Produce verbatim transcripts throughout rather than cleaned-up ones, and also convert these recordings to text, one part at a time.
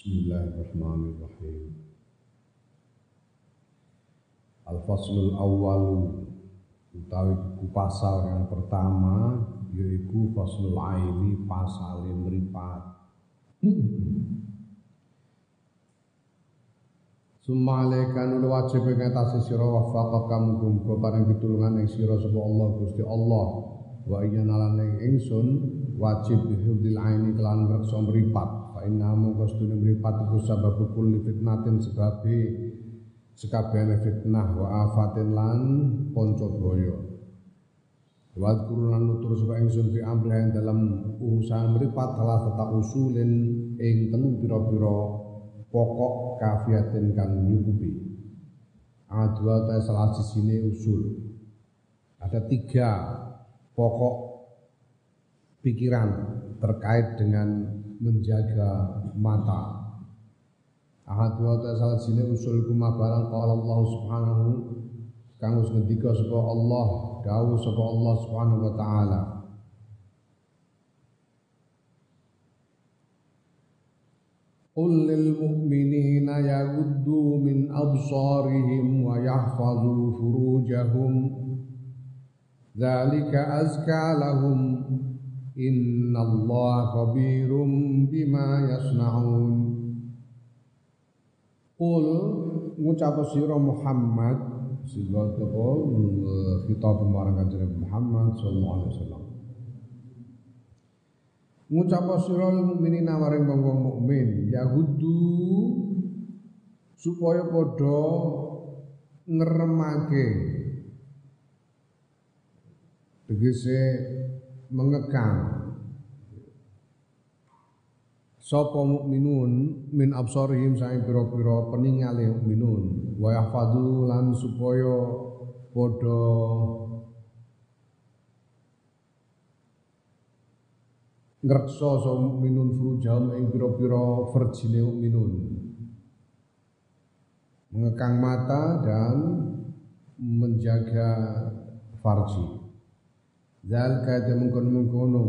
Bismillahirrahmanirrahim. Al-faslul awwal utawi buku pasal yang pertama yaitu faslul aini pasal mripat. Summa alaikan ul wajib ing atase sira wafaqah kamu muga paring pitulungan ing sira sapa Allah Gusti Allah wa iyana lan ingsun wajib bihudil aini kelan ngreksa mripat. Inna mongko sedune mripat iku sebab kulli fitnatin sebabe sekabehane fitnah wa afatin lan panca baya. Wa kurunan nutur sapa ingsun fi amrihan dalam urusan mripat salah tetap usulin ing telu pira-pira pokok kafiatin kang nyukupi. Adwa ta salah sisine usul. Ada tiga pokok pikiran terkait dengan menjaga mata. Ahad wa ta'ala sine usul kuma barang qala Allah subhanahu kang wis ngendika sapa Allah dawuh sapa Allah subhanahu wa ta'ala Qul lil mu'minina yaghuddu min absarihim wa yahfazu furujahum dzalika azka lahum Innallaha khabirum bima yasnaun. Qul ngucap sira Muhammad sira apa khitab marang kanjeng Muhammad sallallahu alaihi wasallam. Ngucap sira mukminina maring wong mukmin yahudu supaya padha ngremake tegese mengekang sapa mukminun min absarihim saing pira-pira peningale mukminun wa yahfadzu lan supaya padha ngreksa sapa mukminun furujahum ing pira-pira verjine mukminun mengekang mata dan menjaga farji. Zal kaya mengkon-mengkono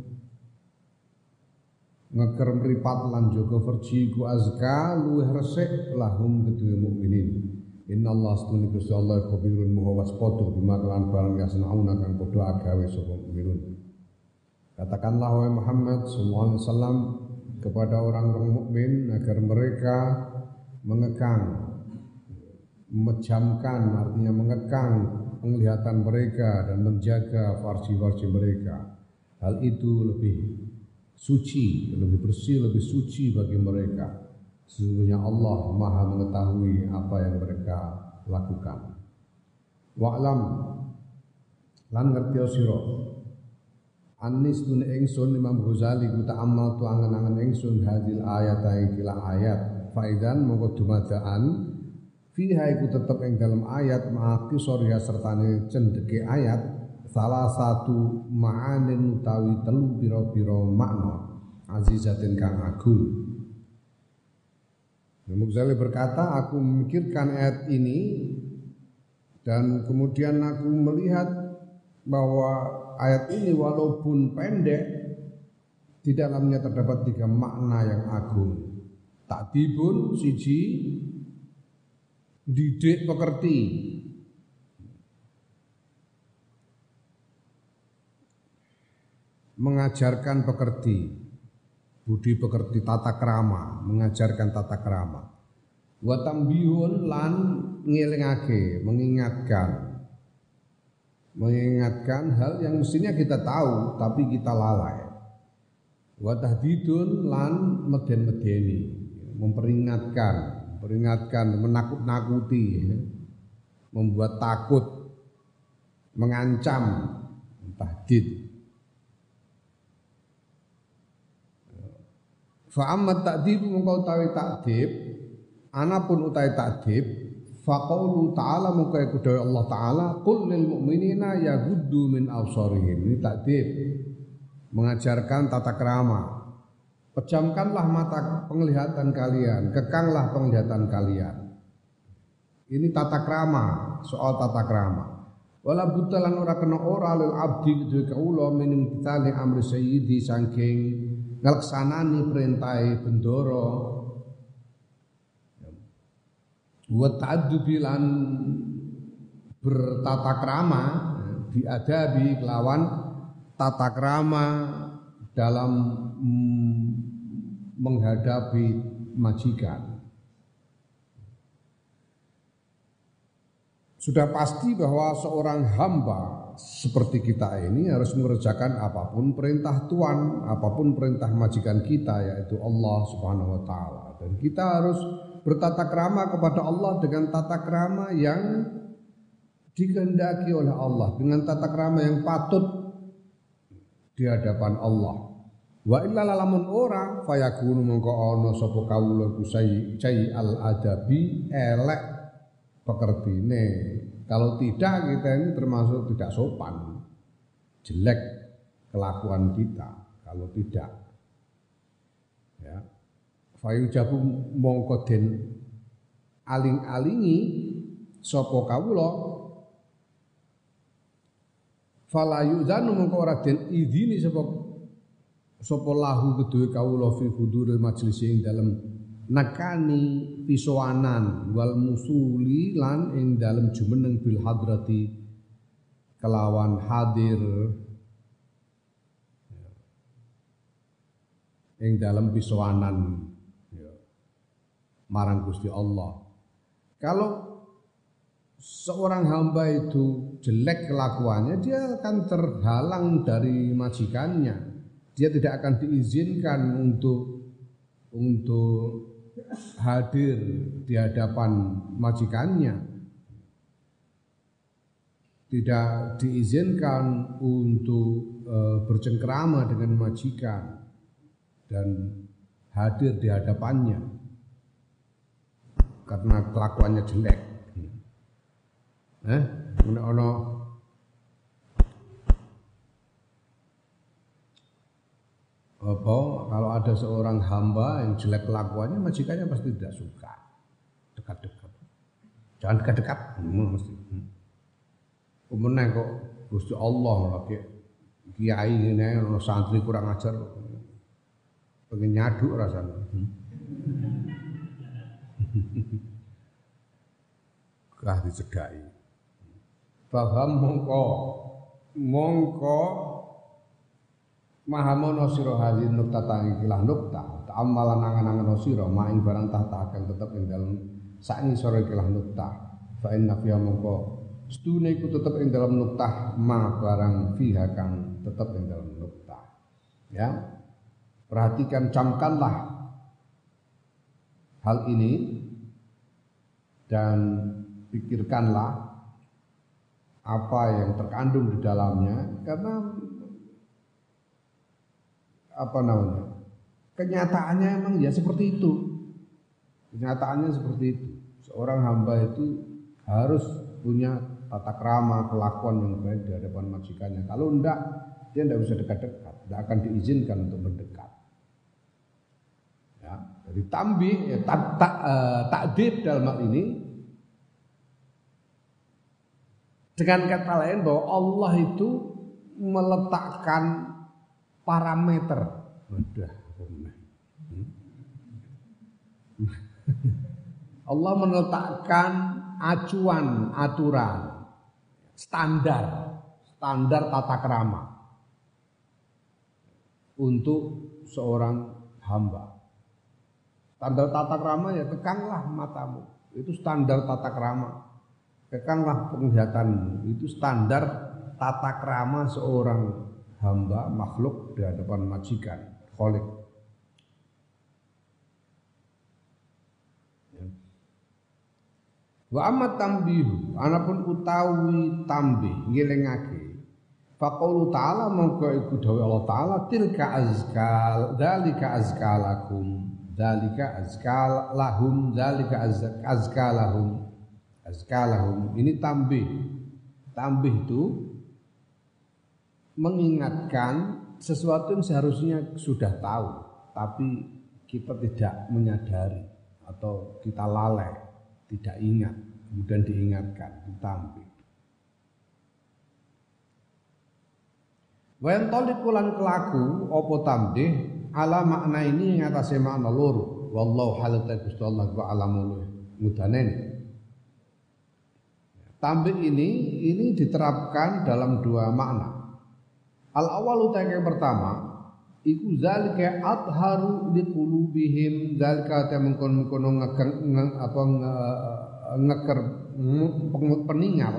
ngeker mripat lan jaga farji ku azka luwih resik lahum kedue mukminin. Innallaha astune Gusti Allah khabirun maha waspada bima kelan barang yasnauna kang padha agawe sapa mukminun. Katakanlah wahai Muhammad sallallahu alaihi wasallam kepada orang-orang mukmin agar mereka mengekang memejamkan artinya mengekang penglihatan mereka dan menjaga farji-farji mereka. Hal itu lebih suci, lebih bersih, lebih suci bagi mereka. Sesungguhnya Allah Maha mengetahui apa yang mereka lakukan. Wa'lam lan ngerti sira. Anis dun ingsun Imam Ghazali ku ta'ammal tu angen-angen ingsun hadil ayat ing kila ayat. Faidan mongko dumadaan fiha iku tetep ing dalam ayat ma'aki sorya sertane cendeke ayat salah satu ma'anin utawi telu pira-pira makna azizatin kang agung. Imam Ghazali berkata, aku memikirkan ayat ini dan kemudian aku melihat bahwa ayat ini walaupun pendek di dalamnya terdapat tiga makna yang agung. Ta'dibun siji didik pekerti, mengajarkan pekerti, budi pekerti tata krama, mengajarkan tata krama. Wa tambihun lan ngelingake, mengingatkan, mengingatkan hal yang mestinya kita tahu tapi kita lalai. Wa tahdidun lan meden-medeni, memperingatkan. Peringatkan, menakut-nakuti, membuat takut, mengancam, tahdid. Fa'ammat ta'dib mengkau tawi ta'dib, anapun utai ta'dib, faqaulu ta'ala mengkau ikudai Allah Ta'ala, qul lil mu'minina yaghuddu min absarihim. Ini ta'dib, mengajarkan tata krama. Pejamkanlah mata penglihatan kalian, kekanglah penglihatan kalian. Ini tata krama, soal tata krama. Wala butalan ora kena ora lil abdi kedue kawula min tali amri sayyidi saking nglaksanani perintahe bendoro wa ta'addubi lan bertata krama biadabi kelawan tata krama dalam mm, menghadapi majikan. Sudah pasti bahwa seorang hamba seperti kita ini harus mengerjakan apapun perintah Tuhan, apapun perintah majikan kita yaitu Allah Subhanahu wa taala. Dan kita harus bertata krama kepada Allah dengan tata krama yang dikehendaki oleh Allah, dengan tata krama yang patut di hadapan Allah. Wa illa lamun ora fayakunu mongko ana sapa kawula ku sayyi al adabi elek pekertine. Kalau tidak kita ini termasuk tidak sopan, jelek kelakuan kita. Kalau tidak, ya, fayujabu mongko den aling-alingi sapa kawula, fala yudzanu mongko ora den idini sapa sapa lahu kedue kawula fi huduril majlis ing dalem nakani pisoanan wal musuli lan ing dalem jumeneng bil hadrati kelawan hadir ing dalem pisoanan ya, marang Gusti Allah. Kalau seorang hamba itu jelek kelakuannya, dia akan terhalang dari majikannya. Dia tidak akan diizinkan untuk untuk hadir di hadapan majikannya, tidak diizinkan untuk e, bercengkrama dengan majikan dan hadir di hadapannya karena kelakuannya jelek. Eh, ono apa kalau ada seorang hamba yang jelek kelakuannya, majikannya pasti tidak suka. Dekat-dekat. Jangan dekat-dekat, hmm, mesti. Kemudian kok Gusti Allah lagi kiai ngene ono santri kurang ajar. Pengen nyaduk rasanya. Kah dicedhaki. Paham mongko mongko mahamono sira halin nukta tangi kilah nukta ta'ammalan angan-angan sira maing barang tahta akan tetep ing dalem sak ngisore kilah nukta fa inna fiha mongko stune iku tetep ing dalem nukta ma barang fiha kang tetep ing dalem nukta. Ya, perhatikan, camkanlah hal ini dan pikirkanlah apa yang terkandung di dalamnya, karena apa namanya, kenyataannya emang ya seperti itu. Kenyataannya seperti itu. Seorang hamba itu harus punya tata krama, kelakuan yang baik di hadapan majikannya. Kalau enggak, dia enggak bisa dekat-dekat, enggak akan diizinkan untuk mendekat. Ya, jadi tambih, ya, tak, tak, uh, takdib dalam hal ini dengan kata lain bahwa Allah itu meletakkan parameter. Udah, Allah meletakkan acuan, aturan, standar, standar tata krama untuk seorang hamba. Standar tata krama ya kekanglah matamu, itu standar tata krama. Kekanglah penglihatanmu, itu standar tata krama seorang hamba makhluk di hadapan majikan, khalik. Wa amat tambihu, anapun utawi tambih ngelingake. Faqaulu ta'ala mongko iku dawuh Allah taala tilka azkal, dzalika azkalakum, dzalika azkal lahum, dzalika azkalahum, azkalahum. Ini tambih. Tambih itu mengingatkan sesuatu yang seharusnya sudah tahu, tapi kita tidak menyadari atau kita lalai, tidak ingat, kemudian diingatkan, ditambih. Wa yantaliqulan kelaku apa tambih ala makna ini yang atase makna loro. Wallahu halata Gusti Allah wa alamu mudanen. Tambih ini ini diterapkan dalam dua makna. Al awal utai yang pertama, iku zalika adharu liqulubihim, zalika ta mengkon-mengkono ngekeng apa ngeker peningal,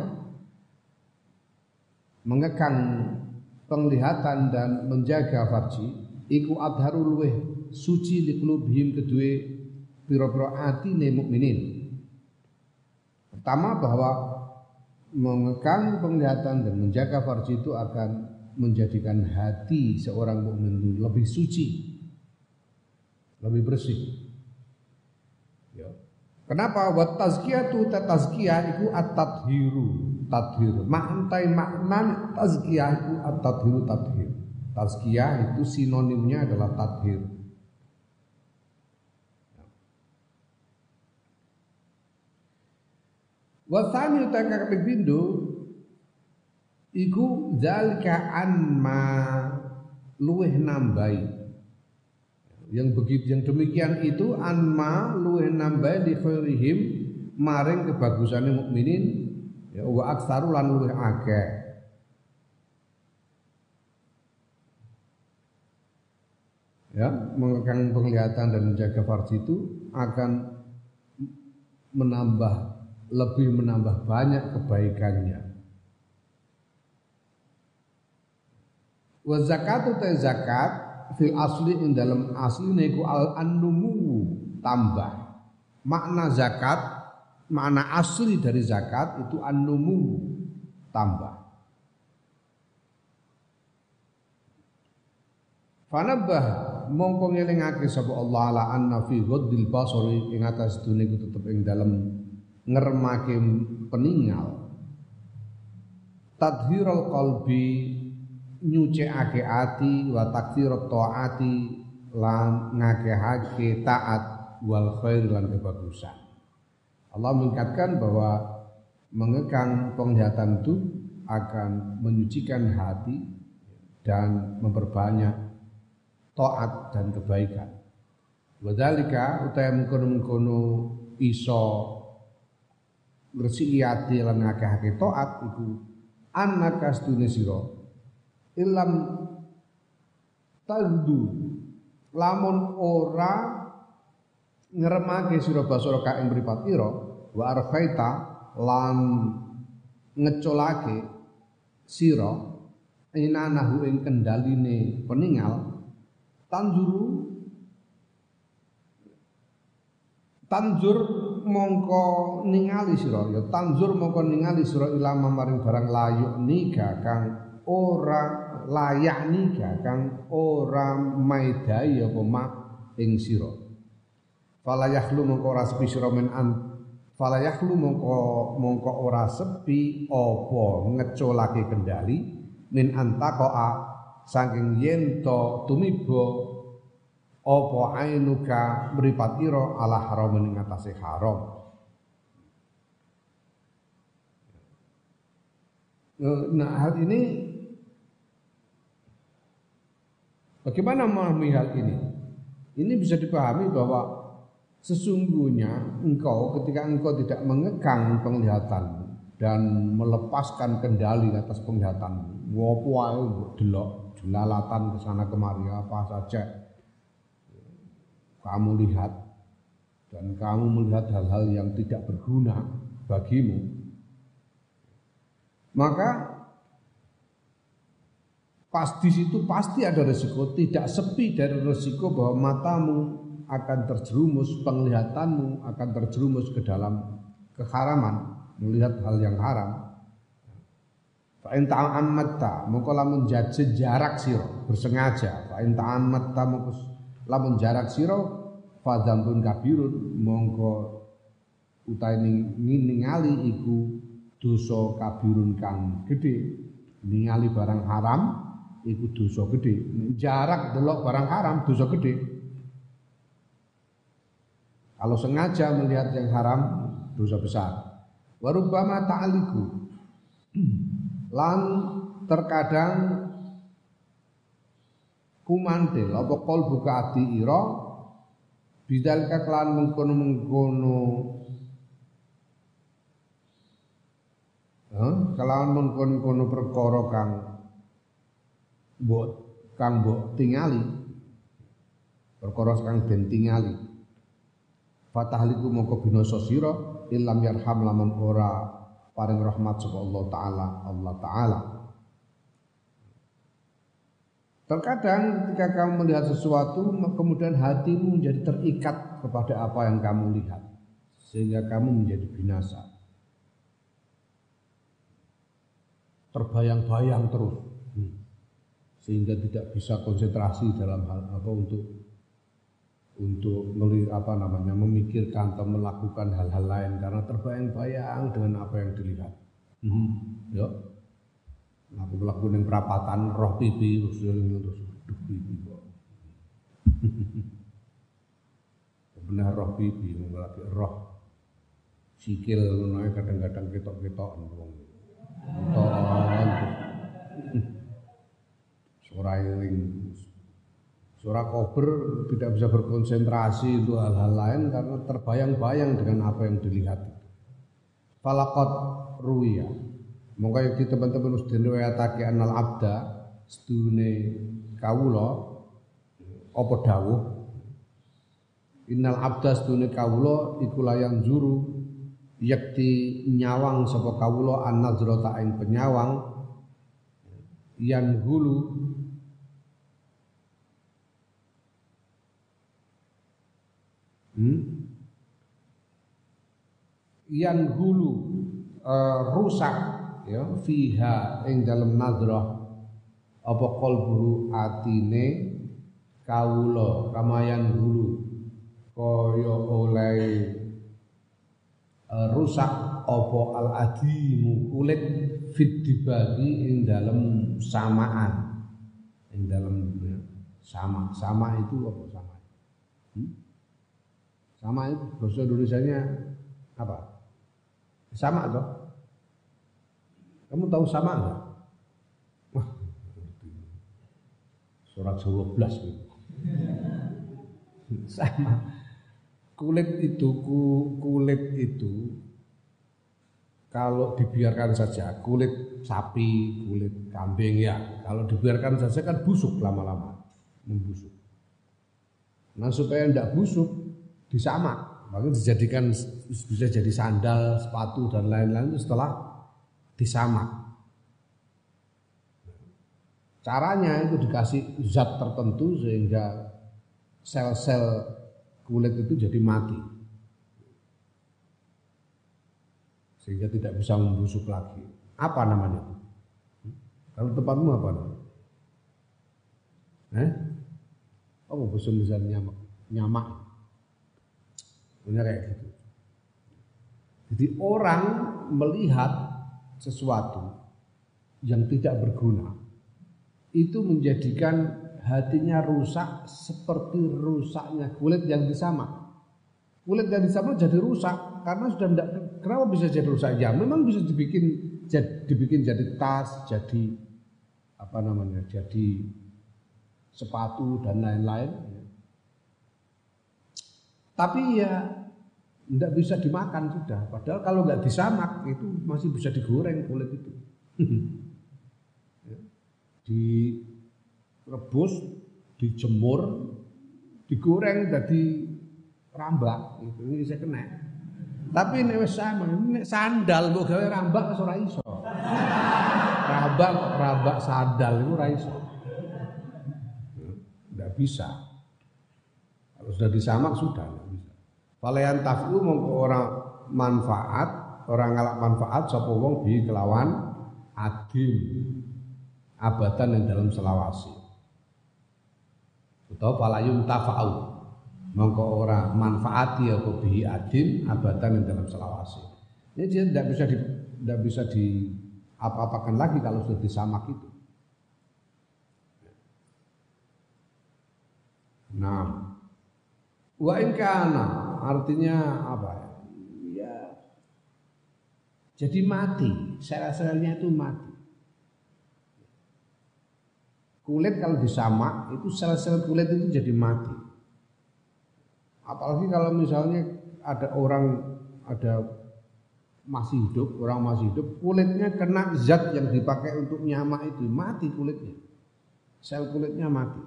mengekang penglihatan dan menjaga farji, iku adharu luweh suci liqulubihim kedue pira-pira atine mukminin. Pertama bahwa mengekang penglihatan dan menjaga farji itu akan menjadikan hati seorang mukmin itu lebih suci, lebih bersih. Ya. Kenapa? Wa tazkiyatu tazkiyah itu at-tadhiru, tadhir. Maknai makna tazkiyah itu at-tadhiru tadhir. Tazkiyah itu sinonimnya adalah tadhir. Wa tsani utakak bindo iku zalika anma luweh nambahi. Yang begitu yang demikian itu anma luweh nambahi li khairihim maring kebagusane mukminin ya wa aktsaru lan luweh akeh. Ya, mengekang penglihatan dan menjaga farji itu akan menambah lebih menambah banyak kebaikannya. Wa zakatu ta zakat fil asli ing dalam asli niku al annumu tambah. Makna zakat, makna asli dari zakat itu annumu tambah. Fanabah mongko ngelingake sapa Allah la anna fi ghaddil basari ing atas dunia iku tetep ing dalam ngeremake peninggal. Tadhirul qalbi nyucikake ati wa taktsirat taati lan ngakehake taat wal khair lan kebagusan. Allah mengingatkan bahwa mengekang penglihatan itu akan menyucikan hati dan memperbanyak taat dan kebaikan. Wadzalika utahe mengkono-mengkono iso ngresiki ati lan ngakehake taat iku annaka astune sira ilam tazdu lamun ora ngremake sira basara ka ing mripat ira wa arfaita lan ngecolake sira inanahu ing kendaline peninggal tanjuru tanjur mongko ningali sira ya tanjur mongko ningali sira ilama maring barang layuk nika kang ora layak nika kang ora maidai apa mak ing sira fala yakhlu mongko ora sepi sira men an fala yakhlu mongko mongko ora sepi apa ngecolake kendali min antaqaa saking yen to tumiba apa ainuka mripat ira ala haram ing atase haram. Nah, hal ini bagaimana memahami hal ini? Ini bisa dipahami bahwa sesungguhnya engkau ketika engkau tidak mengekang penglihatan dan melepaskan kendali atas penglihatanmu, ngopo wae mbok delok jelalatan ke sana kemari apa saja kamu lihat dan kamu melihat hal-hal yang tidak berguna bagimu, maka pas di situ pasti ada resiko, tidak sepi dari resiko bahwa matamu akan terjerumus, penglihatanmu akan terjerumus ke dalam keharaman, melihat hal yang haram. Fa in ta'ammatta mongko lamun jarak sira bersengaja, fa in ta'ammatta mongko lamun jarak sira fadzambun kabirun mongko utahe ningali iku dosa kabirun kang gedhe. Ningali barang haram iku dosa gedhe. Jarak delok barang haram dosa gedhe. Kalau sengaja melihat yang haram dosa besar. Warubama ta'aliku lan terkadang kumantil apa kol buka ati ira bidalika kelan mengkono-mengkono eh, kelawan mengkono-kono perkara kang mbok kang mbok tingali perkara kang den tingali fatahliku mongko binasa sira illam yarham lamun ora paring rahmat sapa Allah taala Allah taala. Terkadang ketika kamu melihat sesuatu kemudian hatimu menjadi terikat kepada apa yang kamu lihat sehingga kamu menjadi binasa. Terbayang-bayang terus sehingga tidak bisa konsentrasi dalam hal apa untuk untuk melihat apa namanya memikirkan atau melakukan hal-hal lain karena terbayang-bayang dengan apa yang dilihat. Hmm. Ya. Aku melakukan yang perapatan roh pipi terus terus duh pipi kok. Benar roh pipi lagi roh sikil ngono kadang-kadang ketok-ketok wong. Ketok. Suara eling suara kober tidak bisa berkonsentrasi untuk hal-hal lain karena terbayang-bayang dengan apa yang dilihat. Falaqat ruwiya monggo iki teman-teman wis diriwayatake anal abda sedune kawula apa dawuh innal abda sedune kawula iku layang juru yakti nyawang sapa kawula an-nazrata ing penyawang yan hulu hmm? yan hulu uh, rusak ya fiha ing dalem nadrah apa qalbu atine kawula kamayan hulu kaya oleh uh, rusak apa al adimu kulit fit dibagi ing dalem samaan ing dalem ya, sama sama itu apa sama hmm? Sama itu bahasa Indonesianya apa sama toh. Kamu tahu sama enggak? Wah, surat Jawa belas gitu. Sama. Kulit itu kulit itu kalau dibiarkan saja kulit sapi, kulit kambing ya, kalau dibiarkan saja kan busuk lama-lama, membusuk. Nah supaya tidak busuk disamak, maka dijadikan bisa jadi sandal, sepatu dan lain-lain itu setelah disamak. Caranya itu dikasih zat tertentu sehingga sel-sel kulit itu jadi mati. Sehingga tidak bisa membusuk lagi. Apa namanya? Kalau tempatmu apa namanya? Eh? Apa bahasa Indonesia nyamak? Nyamak. Punya kayak gitu. Jadi orang melihat sesuatu yang tidak berguna itu menjadikan hatinya rusak seperti rusaknya kulit yang disamak. Kulit yang disamak jadi rusak karena sudah tidak. Kenapa bisa jadi rusak? Ya memang bisa dibikin jadi, dibikin jadi tas, jadi apa namanya, jadi sepatu dan lain-lain. Tapi ya tidak bisa dimakan sudah. Padahal kalau nggak disamak itu masih bisa digoreng kulit itu. Direbus, dijemur, digoreng jadi rambak. Itu ini saya kena. Tapi ini sama, ini sandal mbok gawe rambak wis ora iso. Rambak kok rambak sandal itu ora iso. Tidak bisa. Kalau sudah disamak sudah tidak bisa. Falayan tafu mongko ora manfaat, orang ngalak manfaat sapa wong bi kelawan adim abatan yang dalam selawasi. Utawa falayun tafa'u mongko ora manfaati apa bi adim abatan yang dalam selawasi. Ini dia tidak bisa di tidak bisa di apa-apakan lagi kalau sudah disamak itu. Nah, wa in kana artinya apa ya? Ya jadi mati, sel-selnya itu mati. Kulit kalau disamak itu sel-sel kulit itu jadi mati. Apalagi kalau misalnya ada orang ada masih hidup, orang masih hidup, kulitnya kena zat yang dipakai untuk nyamak itu, mati kulitnya. Sel kulitnya mati.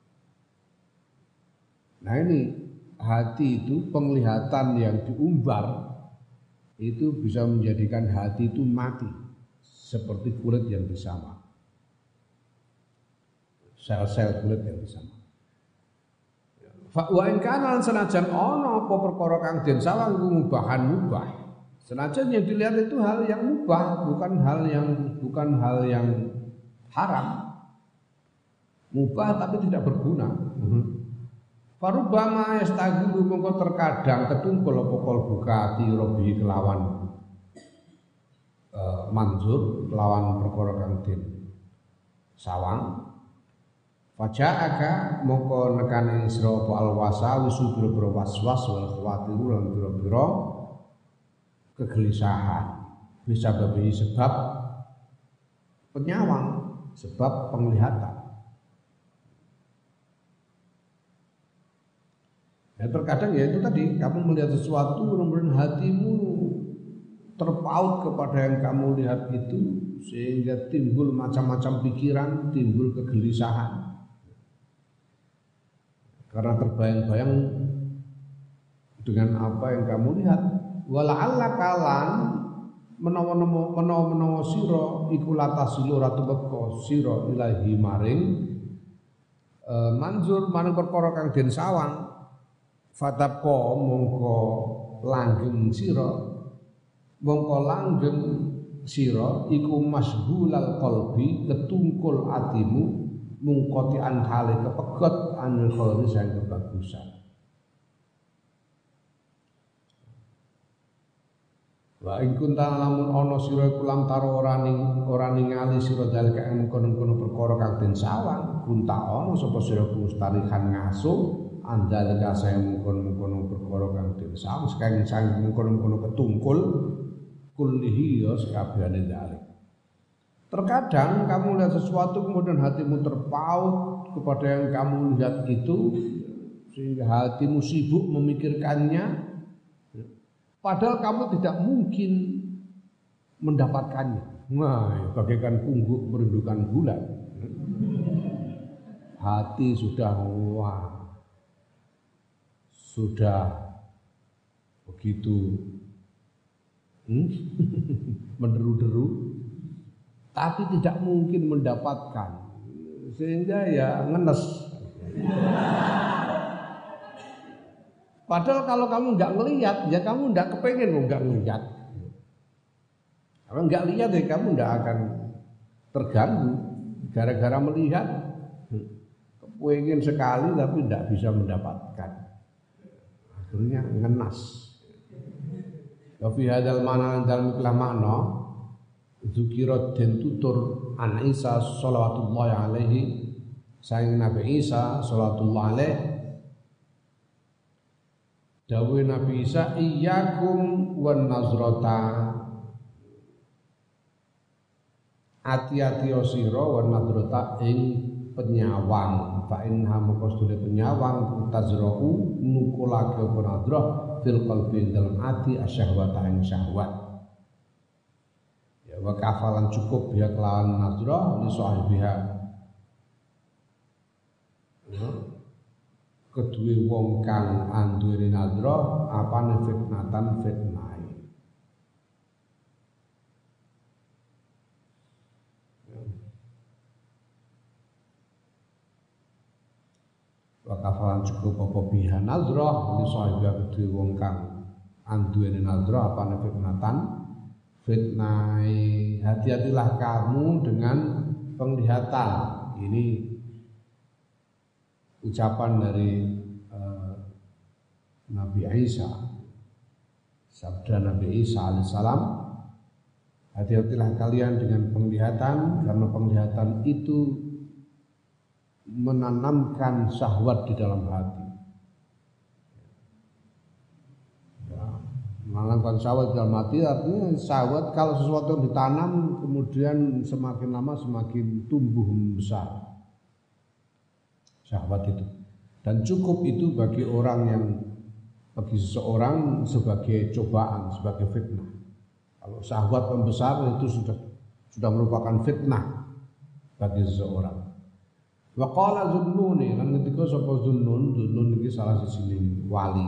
Nah ini hati itu penglihatan yang diumbar itu bisa menjadikan hati itu mati seperti kulit yang disamak. Sel-sel kulit yang disamak. Fa wa in kana senajan ana apa perkara kang den sawang mubahan mubah. Senajan yang dilihat itu hal yang mubah, bukan hal yang bukan hal yang haram. Mubah tapi tidak berguna. Farubama yastagilu mongko terkadang ketungkul apa buka ati robi kelawan uh, manzur kelawan perkara kang den sawang. Faja'aka mongko nekane sira apa alwasawisu biro-biro waswas wal khawatiru lan biro-biro kegelisahan bisa babi sebab penyawang, sebab penglihatan. Ya terkadang ya itu tadi kamu melihat sesuatu kemudian hatimu terpaut kepada yang kamu lihat itu sehingga timbul macam-macam pikiran, timbul kegelisahan. Karena terbayang-bayang dengan apa yang kamu lihat. Wala'alla kalan menawa-menawa sira iku latasilu ratu beko sira ilahi maring e, manzur maring perkara kang den sawang fataqo mongko langgeng sira mongko langgeng sira iku masghulal qalbi ketungkul atimu mungkoti anhale kepegot anil khairi sang kebagusan. Wa ing kunta lamun ana sira iku lam taro ora ning ora ningali sira dalika ing kono-kono perkara kang den sawang kunta ana sapa sira mustarihan ngaso andalika saya kono-kono perkara kang den sawang saking sang kono-kono ketungkul kullihi ya sakabehane dalika. Terkadang kamu lihat sesuatu kemudian hatimu terpaut kepada yang kamu lihat itu sehingga hatimu sibuk memikirkannya padahal kamu tidak mungkin mendapatkannya. Nah, bagaikan pungguk merindukan bulan. Hati sudah wah sudah begitu hmm? menderu-deru tapi tidak mungkin mendapatkan sehingga ya ngenes. Padahal kalau kamu nggak ngelihat ya kamu nggak kepengen mau nggak ngelihat. Kalau nggak lihat ya kamu nggak akan terganggu gara-gara melihat kepengen sekali tapi tidak bisa mendapatkan akhirnya ngenas. Fi hadzal ma'na dalam ikhlas makna Zukirat dan tutur an Isa salawatullahi alaihi saing Nabi Isa salawatullahi alaihi dawuh Nabi Isa iyyakum wan nazrata ati-ati sira wan nazrata ing penyawang fa inha maqsudul penyawang tazra'u nukulake apa nadrah fil qalbi dalam ati asyahwata ing syahwat. Wa kafalan cukup ya kelawan nazrah li sahibiha kedue wong kang anduweni nazrah apane fitnatan fitnah. Wa kafalan cukup apa biha nazrah li sahibiha kedue wong kang anduweni nazrah apane fitnatan fitnah. Hati-hatilah kamu dengan penglihatan. Ini ucapan dari uh, Nabi Isa, sabda Nabi Isa alaihissalam. Hati-hatilah kalian dengan penglihatan karena penglihatan itu menanamkan syahwat di dalam hati. Menanamkan syahwat dalam hati artinya syahwat kalau sesuatu yang ditanam kemudian semakin lama semakin tumbuh membesar syahwat itu, dan cukup itu bagi orang yang bagi seseorang sebagai cobaan, sebagai fitnah. Kalau syahwat pembesar itu sudah sudah merupakan fitnah bagi seseorang. Wa qala Zunnun, lan ketika sapa Zunnun, Zunnun iki salah siji wali.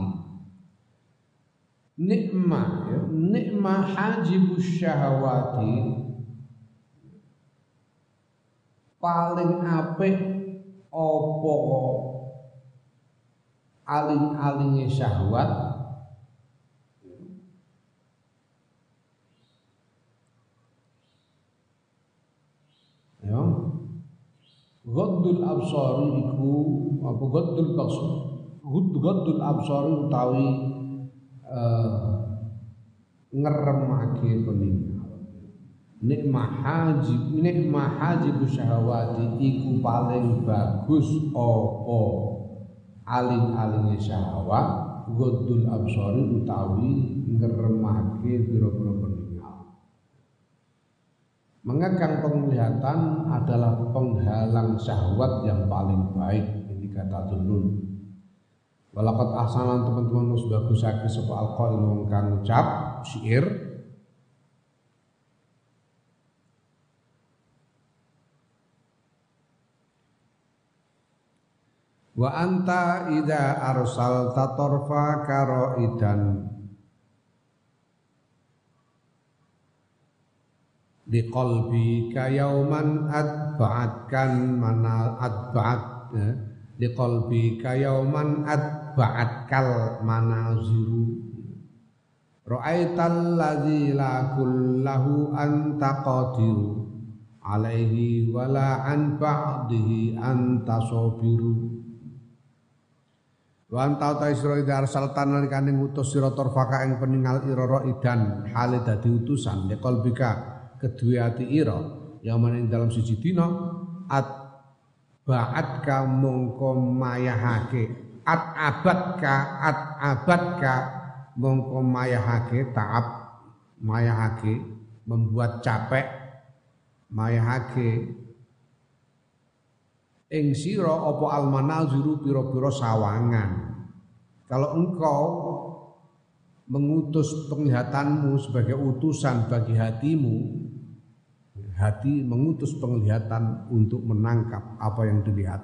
Nikma ya, nikma hajibus syahawati, paling apik apa aling-alinge syahwat ya ghaddul absari iku apa ghaddul basar ghaddul absari utawi uh, ngeremake peningal. Nikmah hajib nikmah hajib syahwati iku paling bagus apa aling-alinge syahwat ghaddul absari utawi ngeremake pira-pira peningal. Mengekang penglihatan adalah penghalang syahwat yang paling baik, ini kata Zunnun. Walaqad ahsanan teman-teman wis bagusake sapa alqail wong kang ucap syair. Wa anta idza arsalta tarfa karaidan di qalbi ka yauman adba'atkan mana adba'at ya. Di qalbi ka yauman adba'atkal manaziru ra'aital ladzi la kullahu anta qadiru alaihi wala an ba'dihi anta sabiru. Wa anta ta isra ida arsaltan nalikane ngutus sira tarfaka ing peningal ira idan hale dadi utusan di qalbika kedue ati ira yang maning dalam siji dina at ba'at ka mongko mayahake at abad ka at abad ka mongko mayahake taab mayahake membuat capek mayahake ing sira apa almanaziru pira-pira sawangan. Kalau engkau mengutus penglihatanmu sebagai utusan bagi hatimu, hati mengutus penglihatan untuk menangkap apa yang dilihat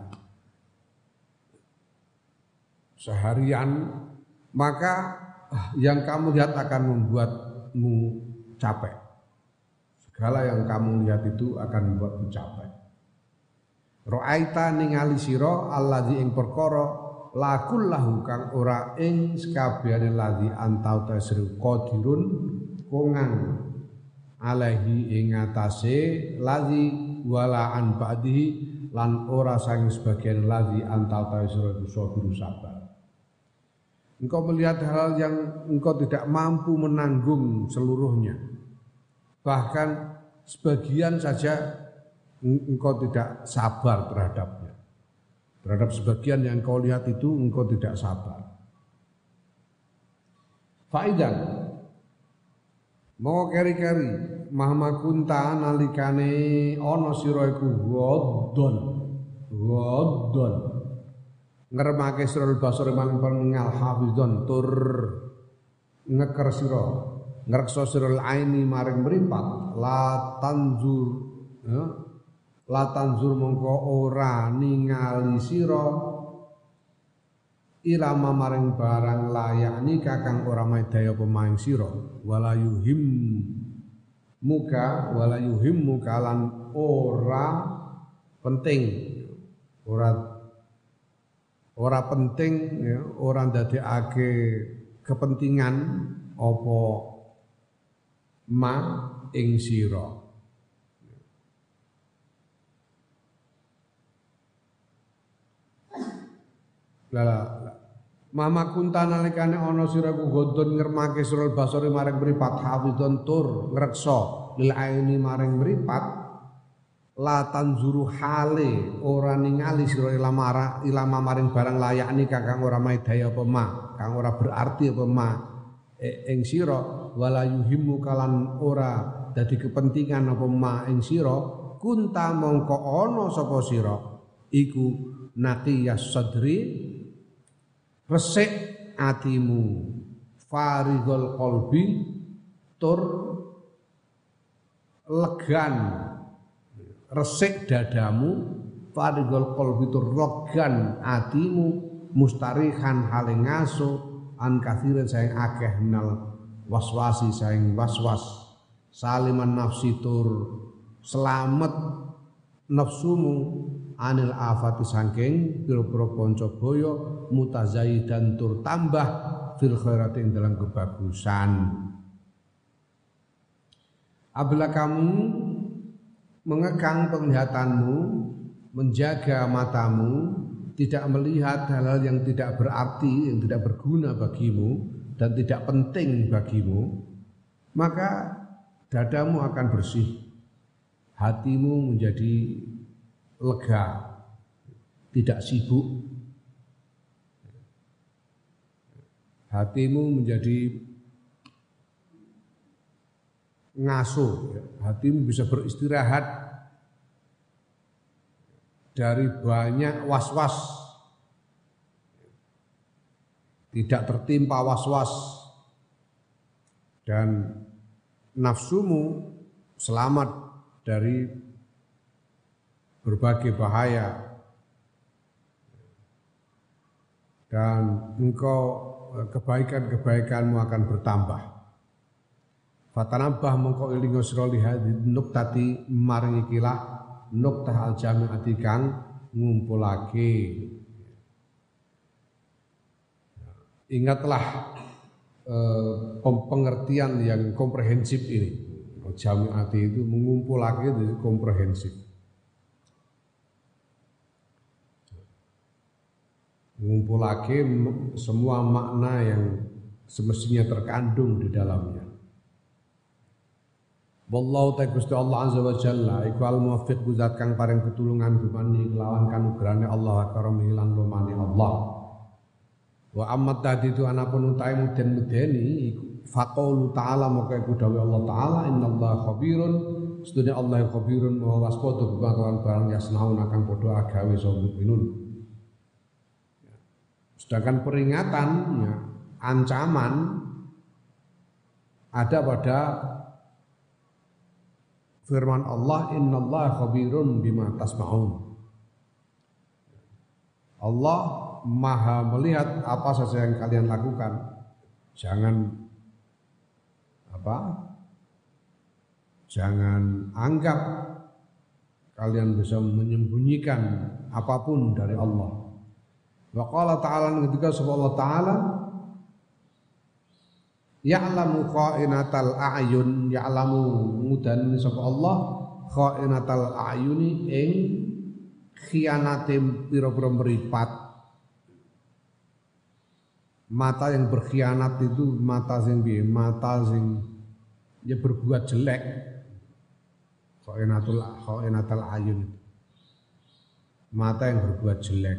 seharian, maka yang kamu lihat akan membuatmu capek. Segala yang kamu lihat itu akan membuatmu capek. Ra'aita ningali sira allazi ing perkara lakul lahu kang ora ing sekabehane ladzi antau tasru qadirun kongang alaihi ing atase ladzi wala an ba'dihi lan ora saking sebagian ladzi antau tasru sabiru sabar. Engkau melihat hal yang engkau tidak mampu menanggung seluruhnya, bahkan sebagian saja engkau tidak sabar terhadapnya. Terhadap sebagian yang kau lihat itu engkau tidak sabar. Faidan mau keri-keri mahma kunta nalikane ana sira iku ghaddon ghaddon ngremake sira basar maling pengal hafizon tur ngeker sira ngreksa sira aini maring mripat la tanzur ya. La tanzur mongko ora ningali sira ilama maring barang layakni kakang ora medaya pemaing sira wala yuhim muka wala yuhim muka lan ora penting ora ora penting ya, ora ndadekake kepentingan apa ma ing sira. Lala mama kunta nalikane ana sira ku godhon ngermake sira basari maring mripat hafidhon tur ngreksa lil aini maring mripat la tanzuru hale ora ningali sira ilama ilama maring barang layakni kakang ora maedaya apa ma kang ora berarti apa ma e, ing sira wala yuhimmu kalan ora dadi kepentingan apa ma ing sira kunta mongko ana sapa sira iku naqiyas sadri resik atimu farigol qalbi tur legan resik dadamu farigol qalbi turrogan atimu mustarihan hale ngaso an kathirin saing akeh nal waswasi saing waswas saliman nafsi tur selamat nafsumu anil afati saking pira-pira panca baya mutazaidan tur tambah fil khairati ing dalam kebagusan. Apabila kamu mengekang penglihatanmu, menjaga matamu, tidak melihat hal-hal yang tidak berarti, yang tidak berguna bagimu dan tidak penting bagimu, maka dadamu akan bersih, hatimu menjadi lega, tidak sibuk, hatimu menjadi ngasuh, hatimu bisa beristirahat dari banyak was-was, tidak tertimpa was-was, dan nafsumu selamat dari berbagai bahaya, dan engkau kebaikan-kebaikanmu akan bertambah. Fatanabah mengko ilingo sira lihadi nuktati maring ikilah nuktah al-jami'ati kang ngumpulake. Ingatlah eh, pengertian yang komprehensif ini. Jami'ati itu mengumpulake, itu komprehensif. Mengumpulake semua makna yang semestinya terkandung di dalamnya. Wallahu ta'ala Gusti Allah azza wa jalla iku al muwaffiq zat kang paring pitulungan bimani kelawan kanugrahane Allah karami lan lumane Allah. Wa ammat tadi itu anapun utahe muden-mudeni iku faqaulu ta'ala maka iku dawuh Allah taala innallaha khabirun sedune Allah khabirun wa waspada kelawan barang yasnaun akan padha agawe sapa mukminun. Sedangkan peringatan ya, ancaman ada pada firman Allah innallaha khabirun bima tasma'un. Allah maha melihat apa saja yang kalian lakukan. Jangan apa? Jangan anggap kalian bisa menyembunyikan apapun dari Allah. Wa qala ta'ala ketika sebab Allah taala ya'lamu kha'inatal a'yun, ya'lamu mudan sapa Allah kha'inatal a'yuni ing khianate pira-pira mripat. Mata yang berkhianat itu mata sing piye? Mata sing ya berbuat jelek. Kha'inatul kha'inatal a'yun. Mata yang berbuat jelek.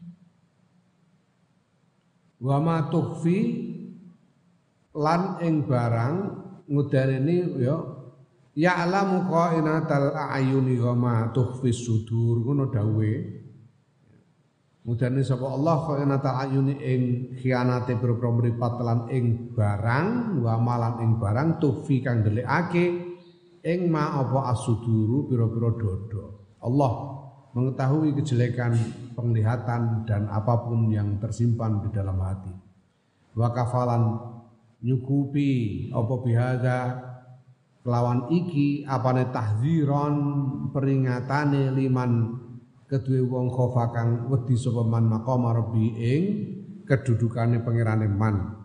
Wa ma tukhfi lan ing barang ngudareni ya ya'lamu qa'inatal a'yuni wa ma tukhfis sudur ngono dawuhe ngudareni sapa Allah qa'inatal a'yuni ing khianate pira-pira mripat lan ing barang wa malan ing barang tukhfi kang ndelikake ing ma apa asuduru pira-pira dodo. Allah mengetahui kejelekan penglihatan dan apapun yang tersimpan di dalam hati. Wa kafalan nyukupi apa bihada kelawan iki apane tahziran peringatane liman kedue wong khofa kang wedi sapa man maqama rabbi ing kedudukane pangerane man.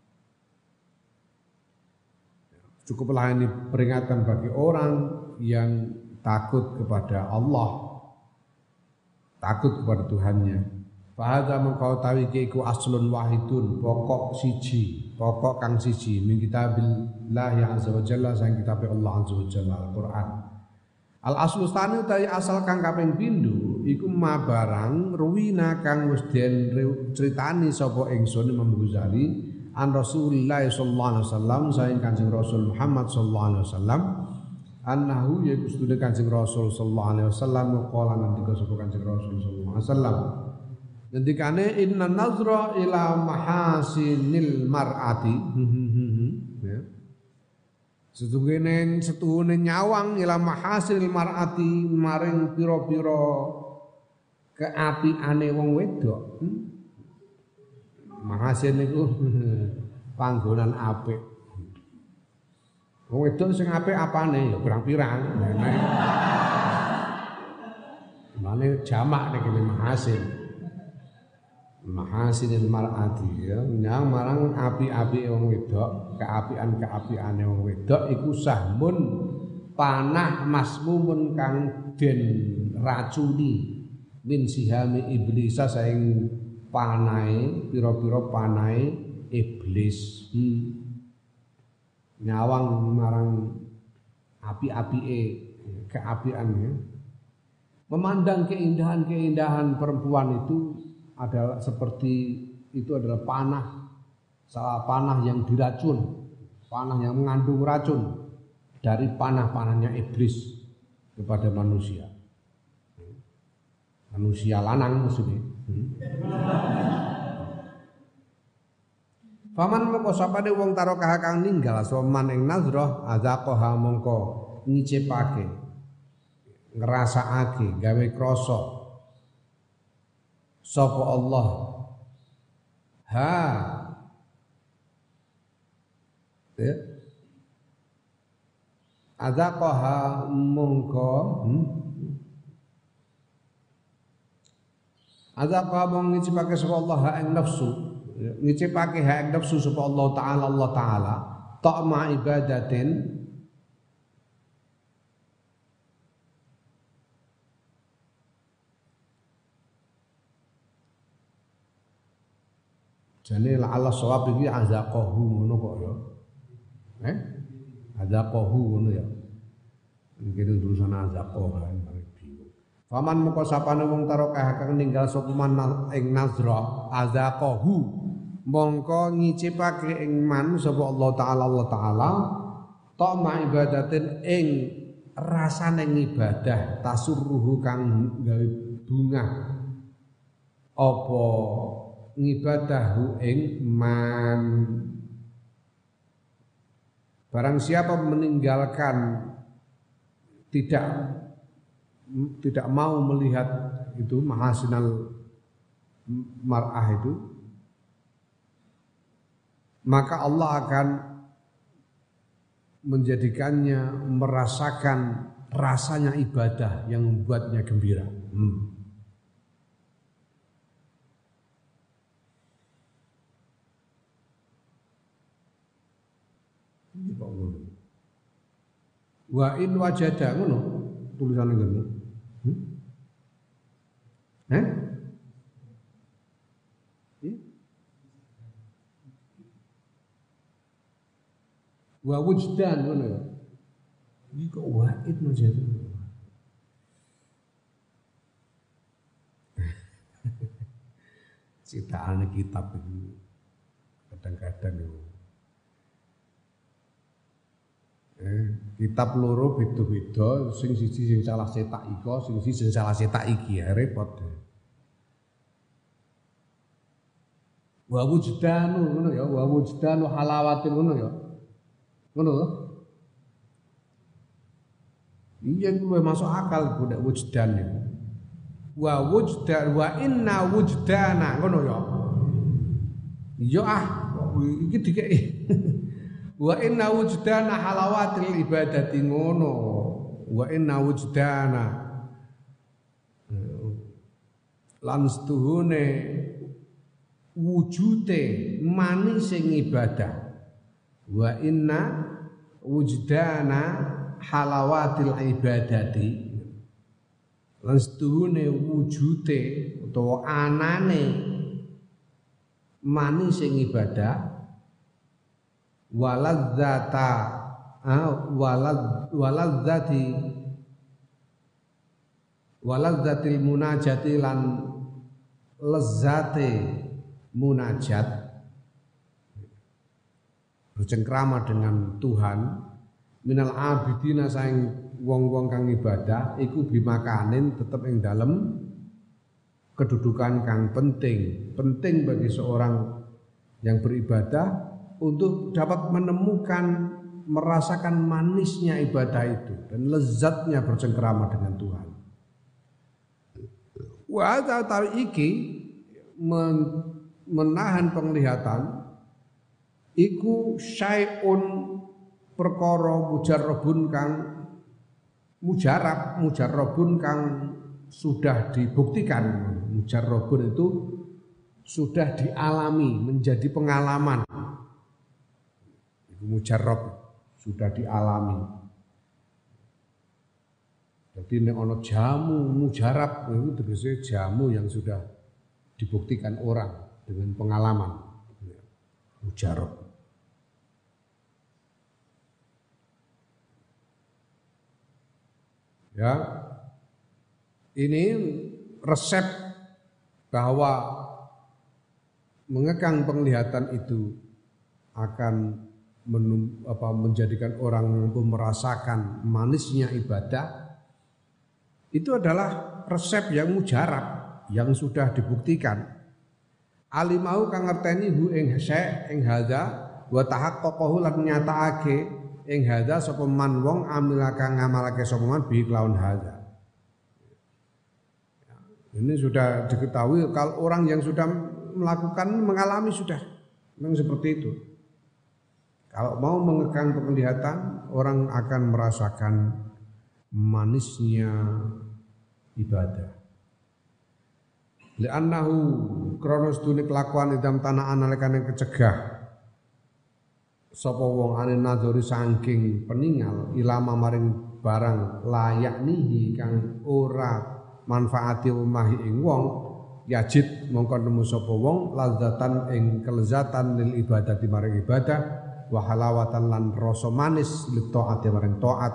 Cukuplah ini peringatan bagi orang yang takut kepada Allah, takut kepada Tuhannya. Fahadha mengkau tawi iku aslun wahidun pokok siji, pokok kang siji min kitabillah ya azza wa jalla sang kitab Allah azza wa jalla Al-Qur'an. Al aslu stani utawi asal kang kaping pindho iku ma barang ruwina kang wis den critani sapa ingsun Imam Ghazali an Rasulillah sallallahu alaihi wasallam saing Kanjeng Rasul Muhammad sallallahu alaihi wasallam annahu ya kustude Kanjeng Rasul sallallahu alaihi wasallam qala ngendika sapa Kanjeng Rasul sallallahu alaihi wasallam ngendikane inna nazra ila mahasinil mar'ati ya. Setungene setuhune nyawang ila mahasil mar'ati maring pira-pira keapiane wong wedok. Hmm? Mahasil niku panggonan apik. Wong wedok sing apik apane ya pirang-pirang. Mane jamak nek mahasil. Mahasinil mar'ati ya nyang marang api-api wong wedok, keapian-keapiane wong wedok iku sahmun panah masmumun kang den racuni min sihami iblis saing panahe pira-pira panahe iblis. Hmm. Nyawang marang api-apike keapiannya. Memandang keindahan-keindahan perempuan itu adalah seperti itu adalah panah, salah panah yang diracun, panah yang mengandung racun dari panah-panahnya iblis kepada manusia. Manusia lanang maksudnya. Faman moko sapane wong tarokah kang ninggal soman ing nazrah azaqaha mongko ngicipake ngrasakake gawe krasa sapa Allah ha ya azaqaha mongko hmm? azaqaha mongko ngicipake sapa Allah ha ing nafsu ngicipake ha ing nafsu sapa Allah taala Allah taala ta'ma ibadatin jane la Allah sawab iki azaqahu ngono kok ya. Eh? Azaqahu ngono ya. Iki tulisan azaqahu kan bingung. Faman moko sapane wong tarokah kang ninggal sapa man ing nazra azaqahu mongko ngicipake ing man sapa Allah taala Allah taala ta'ma ibadatin ing rasane ibadah tasurruhu kang gawe bungah apa ngibadahu ing man. Barang siapa meninggalkan tidak tidak mau melihat itu mahasinal mar'ah itu, maka Allah akan menjadikannya merasakan rasanya ibadah yang membuatnya gembira. Hmm. Wa in wajada ngono tulisane ngono. Hmm? Eh? Ya? Wa wujdan ngono ya. Iki kok wa in wajada. Citaane kitab iki kadang-kadang yo Eh, kitab loro beda-beda, sing siji sing salah cetak iko, sing siji sing salah cetak iki ya repot. Wa wujdanu ngono ya, wa wujdanu halawatin ngono ya. Ngono lho. Iya kuwi masuk akal budak wujdan ya. Wa wujdan wa inna wujdana ngono ya. Iya ah, iki dikeki wa inna wujdana halawatil ibadati ngono wa inna wujdana lan setuhune wujute manis sing ibadah wa inna wujdana halawatil ibadati lan setuhune wujute utawa anane manis sing ibadah waladzata ah, walad waladzati waladzatil munajati lan lezate munajat bercengkrama dengan Tuhan minal abidina saing wong-wong kang ibadah iku bimakanin tetep ing dalem kedudukan kang penting penting bagi seorang yang beribadah untuk dapat menemukan merasakan manisnya ibadah itu dan lezatnya bercengkerama dengan Tuhan. Wa ta'ala iki menahan penglihatan iku syai'un perkara mujarrabun kang mujarab mujarrabun kang sudah dibuktikan. Mujarrabun itu sudah dialami, menjadi pengalaman. Mujarrab sudah dialami. Jadi nek ana jamu mujarab itu tegese jamu yang sudah dibuktikan orang dengan pengalaman. Mujarab. Ya. Ini resep bahwa mengekang penglihatan itu akan menum, apa, menjadikan orang mampu merasakan manisnya ibadah. Itu adalah resep yang mujarab, yang sudah dibuktikan. Alimau kang ngerteni hu ing syai' ing hadza wa tahaqqaqahu lan nyatakake ing hadza sapa man wong amila kang ngamalake sapa man bi lawan hadza. Ini sudah diketahui kalau orang yang sudah melakukan mengalami sudah memang seperti itu. Kalau mau mengekang penglihatan, orang akan merasakan manisnya ibadah. Li'annahu kronos dunia kelakuan idam tanah analikane kecegah sapa wong ane nadzori saking peninggal ilama maring barang layak nihi kang ora manfaati umahi ing wong yajid mongko nemu sapa wong lazatan ing kelezatan lil ibadah di maring ibadah wa halawatan lan rasa manis li taat maring taat.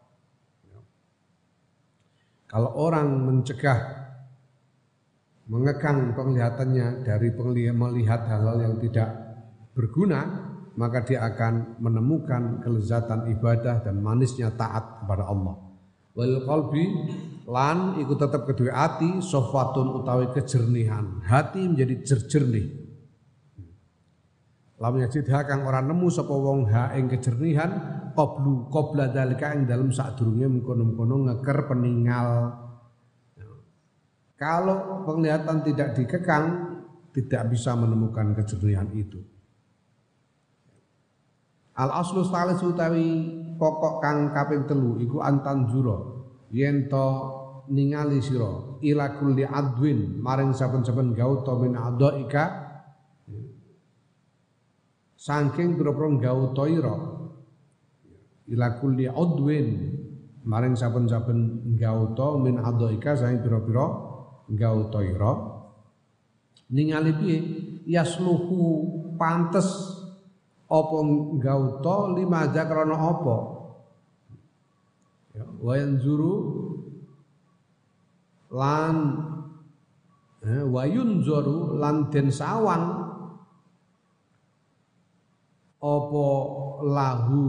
Kalau orang mencegah mengekang penglihatannya dari melihat hal-hal yang tidak berguna, maka dia akan menemukan kelezatan ibadah dan manisnya taat kepada Allah. Wal qalbi lan iku tetap kedua hati sofatun utawi kejernihan. Hati menjadi jernih. Lam yajidha kang ora nemu sapa wong ha ing kejernihan qablu qabla dalika ing dalem sadurunge mengkono-mengkono ngeker peninggal. Kalau penglihatan tidak dikekang, tidak bisa menemukan kejernihan itu. Al aslu salis utawi pokok kang kaping telu iku antan juro yen to ningali sira ila kulli adwin maring saben-saben gauta min adaika saking pira-pira gauta ira ila kulli adwin maring saben-saben gauta min adaika saking pira-pira gauta ira ningali piye yasluhu pantes apa gauta limaza krana apa ya wa yanzuru lan eh, wa yunzuru lan den sawang apa lahu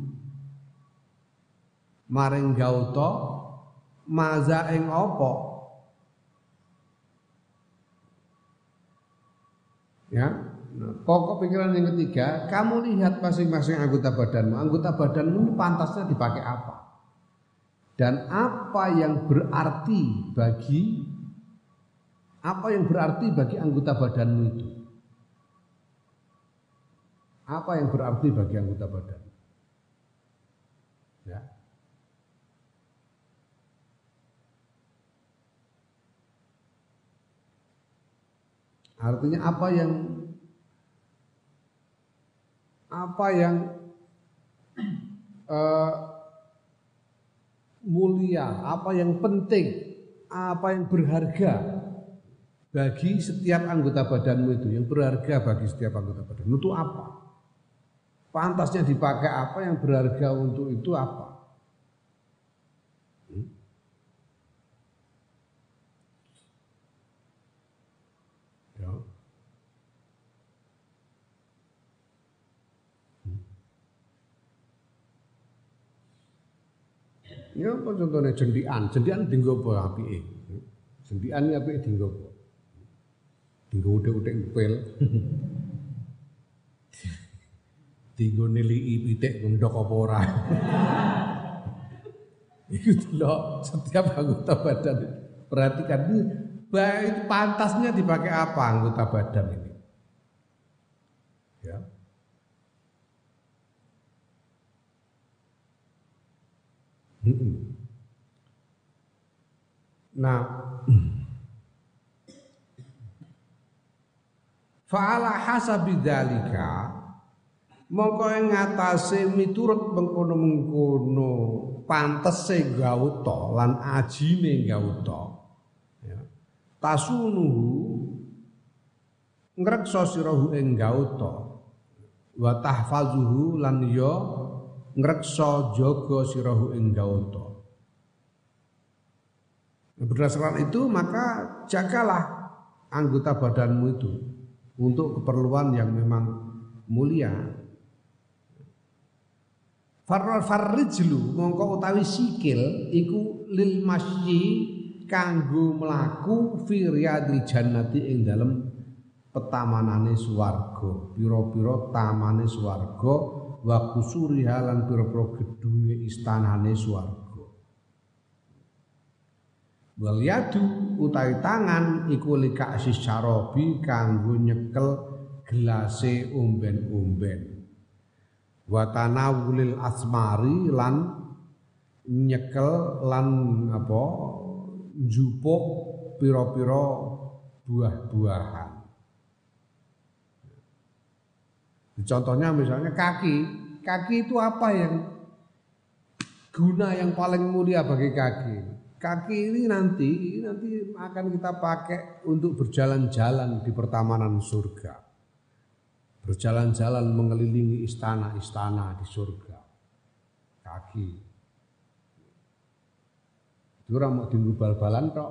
maring gauta maza ing apa ya. Nah, pokok pikiran yang ketiga, kamu lihat masing-masing anggota badanmu. Anggota badanmu ini pantasnya dipakai apa? Dan apa yang berarti bagi apa yang berarti bagi anggota badanmu itu? Apa yang berarti bagi anggota badan? Ya. Artinya apa yang apa yang uh, mulia, apa yang penting, apa yang berharga bagi setiap anggota badanmu itu, yang berharga bagi setiap anggota badanmu itu apa? Pantasnya dipakai apa, yang berharga untuk itu apa? Hmm? Ya. Ya apa contohnya jendian, jendian dinggo apa apike. Jendian iki apike dinggo apa? Dinggo utek-utek ngepel. Dienggo niliki pitik ndok apa ora. Itu delok setiap anggota badan. Perhatikan ini, baik pantasnya dipakai apa anggota badan ini. Ya. Nah, fa'ala hasabi dzalika mongko ing ngatasé miturut mengkono-mengkono pantese Gauta lan ajine Gauta ya tasunuhu ngreksa sirahu ing Gauta wa tahfazuhu lan ya ngreksa jaga sirahu ing Gauta. Berdasarkan itu maka jagalah anggota badanmu itu untuk keperluan yang memang mulia. Farral farrijlu mongko utawi sikil iku lil masyi kanggo mlaku fi riyadil jannati ing dalem petamanane swarga, pira-pira tamane swarga wa kusuriha lan pira-pira gedunge istanane swarga. Wal yadu utawi tangan iku lika'sis syarabi kanggo nyekel gelase omben-omben. Wa tanawulil asmari lan nyekel lan apa njupuk pira-pira buah-buahan. Contohnya misalnya kaki, kaki itu apa yang guna yang paling mulia bagi kaki? Kaki ini nanti nanti akan kita pakai untuk berjalan-jalan di pertamanan surga. Berjalan-jalan mengelilingi istana-istana di surga. Kaki. Itu orang mau dienggo bal-balan tok.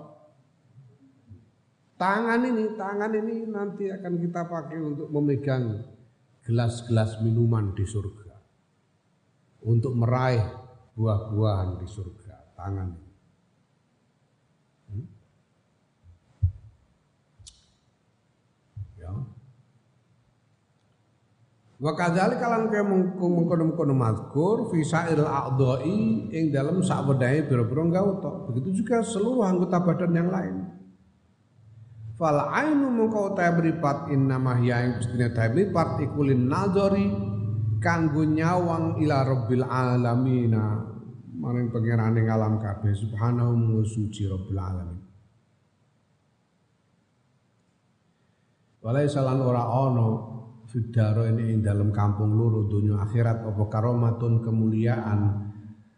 Tangan ini, tangan ini nanti akan kita pakai untuk memegang gelas-gelas minuman di surga. Untuk meraih buah-buahan di surga. Tangan ini. Hmm? Ya. Wa kadzalika lan kaya mengkono-mengkono mazkur fi sa'il a'dha'i ing dalem sakwedahe pira-pira Gauta. Begitu juga seluruh anggota badan yang lain. Fal ainu mongko ta mripat innamah ya ing pestine ta mripat iku lin nazari kanggo nyawang ila rabbil alamin. Maring pangerane alam kabeh subhanahu wa suci rabbil alamin. Walai salan ora ana Fidaro ini ing dalam kampung loro dunia akhirat apa karomatun kemuliaan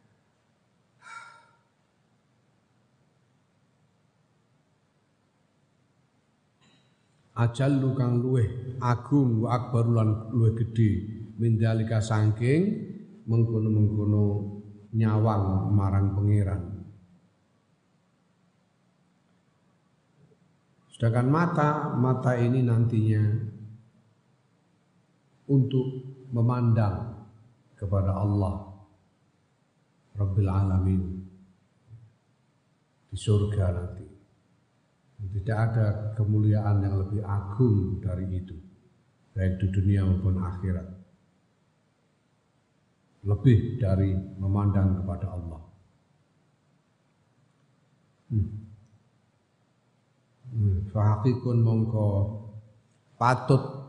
ajallu kang luweh agung wa akbar lan luweh gedhe mindalika saking mengkono-mengkono nyawang marang pangeran. Sedangkan mata, mata ini nantinya untuk memandang kepada Allah Rabbil Alamin di surga nanti. Tidak ada kemuliaan yang lebih agung dari itu, baik di dunia maupun akhirat. Lebih dari memandang kepada Allah. Hmm. Hmm. Fahakikun mongko patut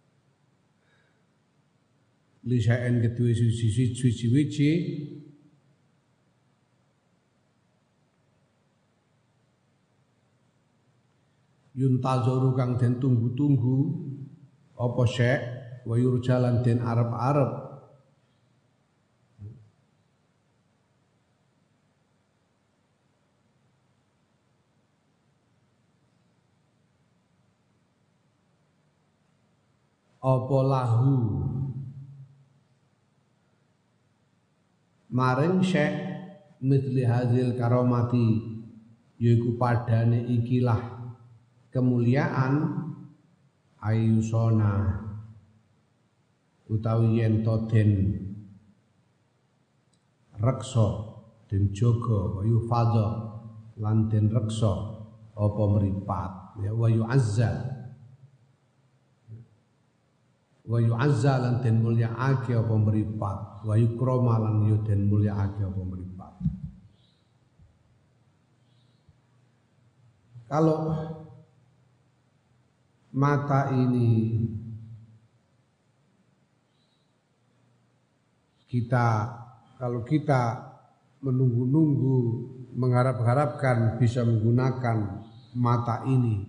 lisaen kedua suci-suci yuntazoru kang den tunggu-tunggu apa syek wa yurjalan den arep-arep apa lahu maring syekh mithli hazil karomati yaiku padane ikilah kemuliaan ayusona utawi yen to den reksa den jaga wayu fadha lan den reksa apa mripat ya wayu azza wa yu'azza lan den mulyaake apa mripat wa yukrama lan yo den mulyaake apa mripat. Kalau mata ini kita kalau kita menunggu-nunggu mengharap-harapkan bisa menggunakan mata ini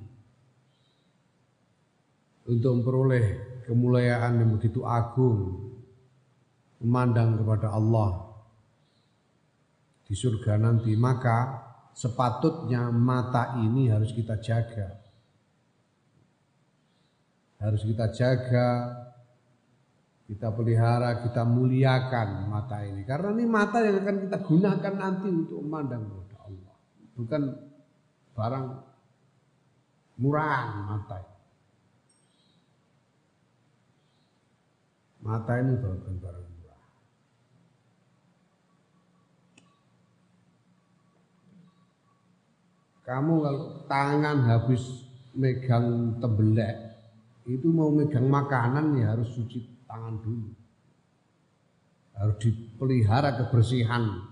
untuk memperoleh kemuliaan yang begitu agung, memandang kepada Allah di surga nanti, maka sepatutnya mata ini harus kita jaga. Harus kita jaga, kita pelihara, kita muliakan mata ini. Karena ini mata yang akan kita gunakan nanti untuk memandang kepada Allah. Bukan barang murahan mata ini. Mata ini bukan barang murah. Kamu kalau tangan habis megang tembelek, itu mau megang makanan ya harus cuci tangan dulu. Harus dipelihara kebersihan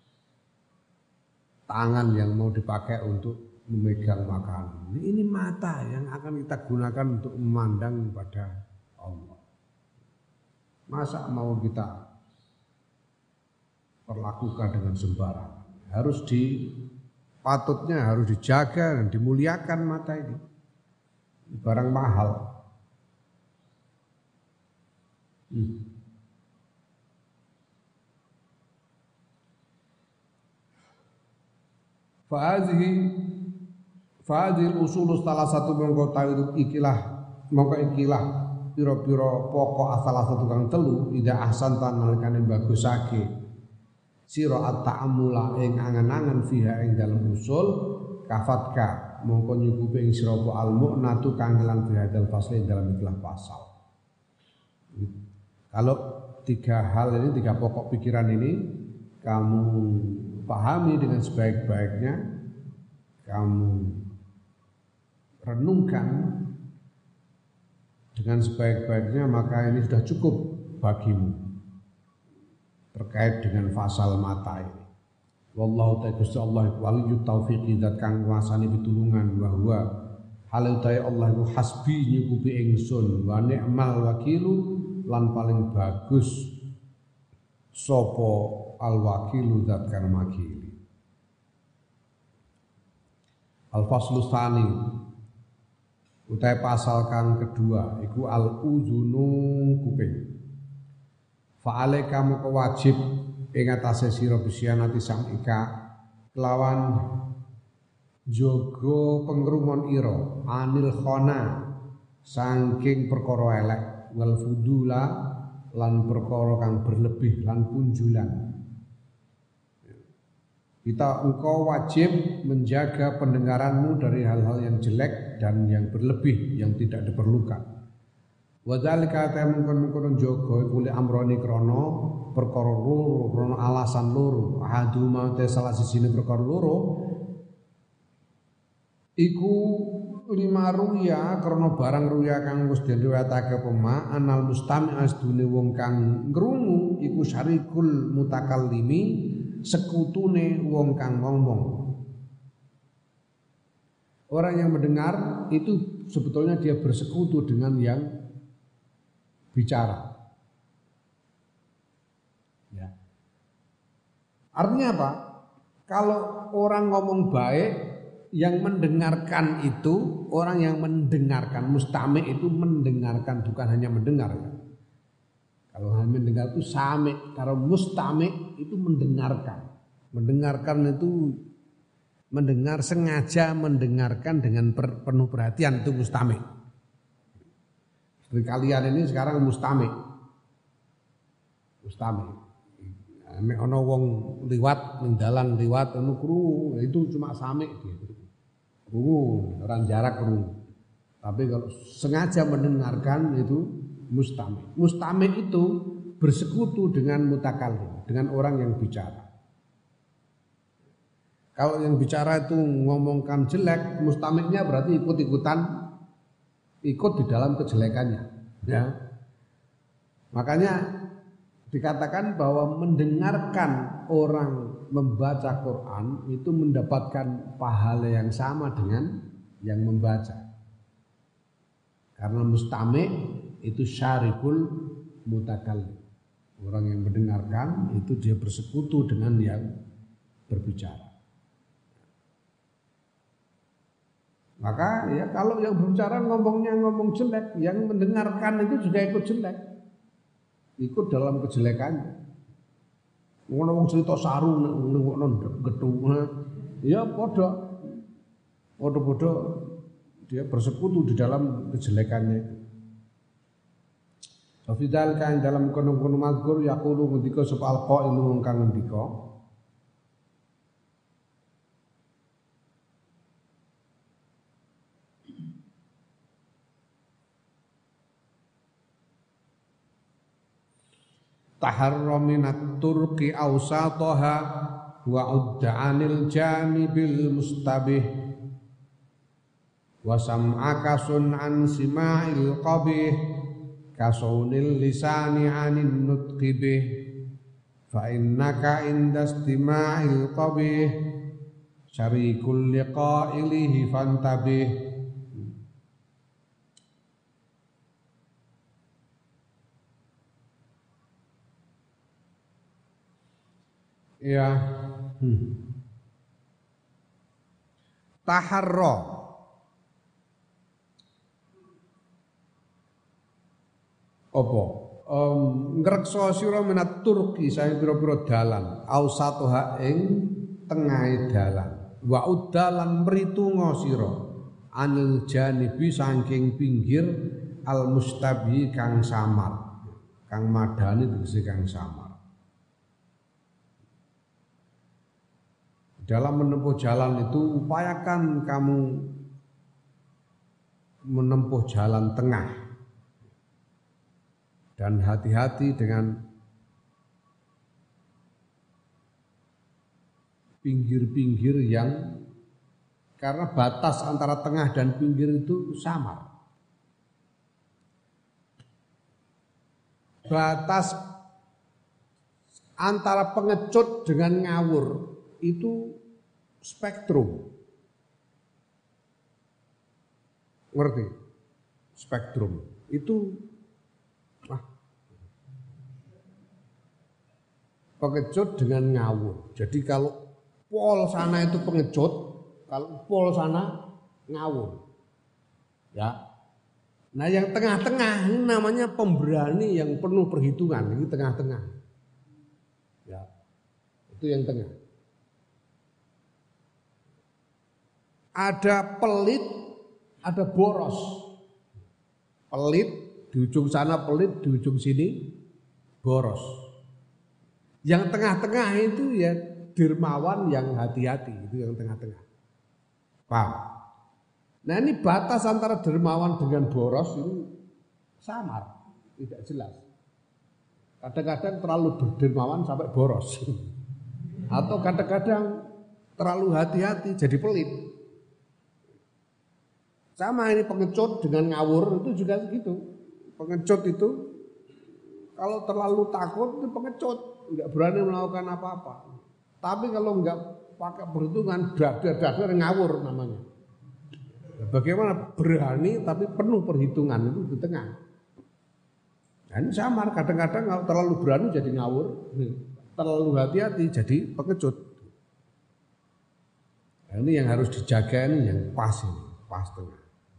tangan yang mau dipakai untuk memegang makanan. Ini mata yang akan kita gunakan untuk memandang pada Allah. Masa mau kita perlakukan dengan sembarangan? Harus di patutnya harus dijaga dan dimuliakan mata ini. Barang mahal. Hmm. Fa'adhi fa'adhi usul salah satu mengkota itu ikilah mongko ikilah piro-piro pokok salah satu kang telu ida ahsan tan nalikane bagusake sira at-ta'ammula ing angen-angen fiha ing dalem usul kafatka mongko nyukupi ing sira apa al-mu'natu kangelan fiha dal fasli dalam ikilah pasal. Kalau tiga hal ini, tiga pokok pikiran ini kamu pahami dengan sebaik-baiknya, kamu renungkan dengan sebaik-baiknya, maka ini sudah cukup bagimu terkait dengan fasal mata ini. Wallahu ta'ala Gusti Allah waliyut taufiqi zat kang kuasane pitulungan wa huwa halu ta Allah iku hasbi nyukupi ingsun wa ni'mal wakilu lan paling bagus sapa al wakilu zat kang makili. Al faslu tsani utai pasal kang kedua iku al uzunu kuping. Fa'ale kamu kewajib ing atase sira bisyanati samika kelawan jaga pengrumon ira anil khona saking perkara elek wal fudula lan perkara kang berlebih lan punjulan. Kita engkau wajib menjaga pendengaranmu dari hal-hal yang jelek dan yang berlebih yang tidak diperlukan. Wa dzalika ta mungkon-mungkon jaga iku li amroni krana perkara loro, krana alasan loro. Ahaduma te salah sijine perkara loro iku lima ruya krana barang ruya kang wis diriwayatake pema anal mustami asdune wong kang ngrungu iku syarikul mutakallimi sekutune wong kang ngomong. Orang yang mendengar itu sebetulnya dia bersekutu dengan yang bicara. Ya. Artinya apa? Kalau orang ngomong baik, yang mendengarkan itu orang yang mendengarkan, mustami itu mendengarkan, bukan hanya mendengar. Ya. Kalau hanya mendengar itu sami, kalau mustami itu mendengarkan. Mendengarkan itu mendengar sengaja mendengarkan dengan per, penuh perhatian itu mustami. Seperti kalian ini sekarang mustami. Mustami. Nek ana wong liwat ning dalan liwat anu krungu itu cuma sami dia. Krungu, orang jarak krungu. Tapi kalau sengaja mendengarkan itu mustami. Mustami itu bersekutu dengan mutakallim, dengan orang yang bicara. Kalau yang bicara itu ngomongkan jelek, mustamiknya berarti ikut-ikutan ikut di dalam kejelekannya. Ya. Makanya dikatakan bahwa mendengarkan orang membaca Quran itu mendapatkan pahala yang sama dengan yang membaca. Karena mustami' itu syarikul mutakallim. Orang yang mendengarkan itu dia bersekutu dengan yang berbicara. Maka ya kalau yang berbicara ngomongnya ngomong jelek, yang mendengarkan itu juga ikut jelek. Ikut dalam kejelekannya. Ngomong cerita saru ngomong gedung. Ya padha. Padha-padha dia bersekutu di dalam kejelekannya itu. Fidal kan dalam kono-kono mazkur yaqulu ngendika sapa al-qailu kang ngendika taharra minat turqi awsataha wa udda anil janibil mustabih wa sam'aka sun'an sima'il qabih kasunil lisani anin nutqi bih fa innaka inda istima'il qabih syarikul liqa'ilihi fantabih. Ya, hmm. Taharra apa? Um, ngreksa sira minat turki saing pira-pira dalan, ausatoha ing tengahe dalan. Wa udalan mritunga sira anil janibi saking pinggir al mustabi kang samar. Kang madani tegese kang samar. Dalam menempuh jalan itu upayakan kamu menempuh jalan tengah dan hati-hati dengan pinggir-pinggir yang karena batas antara tengah dan pinggir itu samar. Batas antara pengecut dengan ngawur itu spektrum. Ngerti? Spektrum. Itu ah, pengecut dengan ngawur. Jadi kalau pol sana itu pengecut, kalau pol sana ngawur. Ya. Nah, yang tengah-tengah ini namanya pemberani yang penuh perhitungan. Ini tengah-tengah. Ya. Itu yang tengah. Ada pelit, ada boros. Pelit di ujung sana pelit, di ujung sini boros. Yang tengah-tengah itu ya dermawan yang hati-hati, itu yang tengah-tengah. Paham? Nah, ini batas antara dermawan dengan boros ini samar, tidak jelas. Kadang-kadang terlalu berdermawan sampai boros. Atau kadang-kadang terlalu hati-hati jadi pelit. Sama ini pengecut dengan ngawur itu juga begitu. Pengecut itu kalau terlalu takut itu pengecut, enggak berani melakukan apa-apa. Tapi kalau enggak pakai perhitungan, dadar-dadar ngawur namanya. Bagaimana berani tapi penuh perhitungan itu di tengah. Dan samar, kadang-kadang kalau terlalu berani jadi ngawur, terlalu hati-hati jadi pengecut. Nah, ini yang harus dijaga, ini yang pas ini, pas tengah.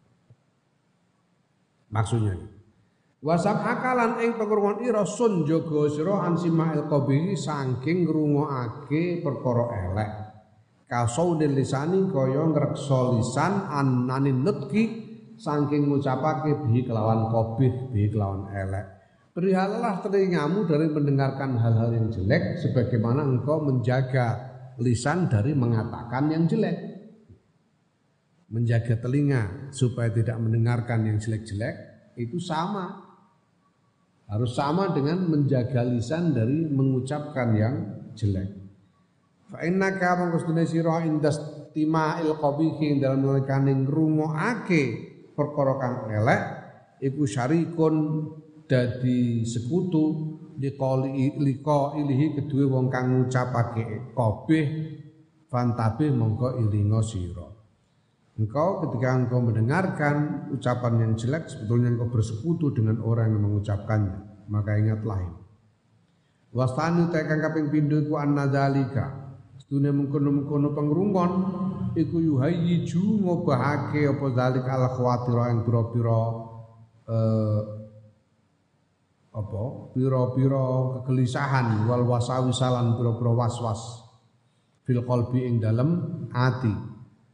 Maksudnya wasam akalan ing pengrungon ira sun jaga sira an sima'il qabihi saking ngrungokake perkara elek kasaudil lisani kaya ngreksa lisan ananin nutki saking ngucapake bihi kelawan qabih bihi kelawan elek. Berihalalah telingamu dari mendengarkan hal-hal yang jelek sebagaimana engkau menjaga lisan dari mengatakan yang jelek. Menjaga telinga supaya tidak mendengarkan yang jelek-jelek itu sama. Harus sama dengan menjaga lisan dari mengucapkan yang jelek. Fa innaka mangkustune sira indastima'il qabihi dalam nalikane ngrungokake perkara kang elek iku syarikun dadi sekutu liqali liqa ilihi kedue wong kang ngucapake kabeh fantabih mongko ilinga sira. Engkau ketika engkau mendengarkan ucapan yang jelek sebetulnya engkau bersekutu dengan orang yang mengucapkannya, maka ingatlah ini. Wasani ta kang kaping pindho iku annadzalika sedune mengkono-mengkono pangrungon iku yuhayyiju ngobahake apa zalik al khawatira ing pira-pira eh, apa pira-pira kegelisahan wal wasawisalan pira-pira waswas fil qalbi ing dalem ati.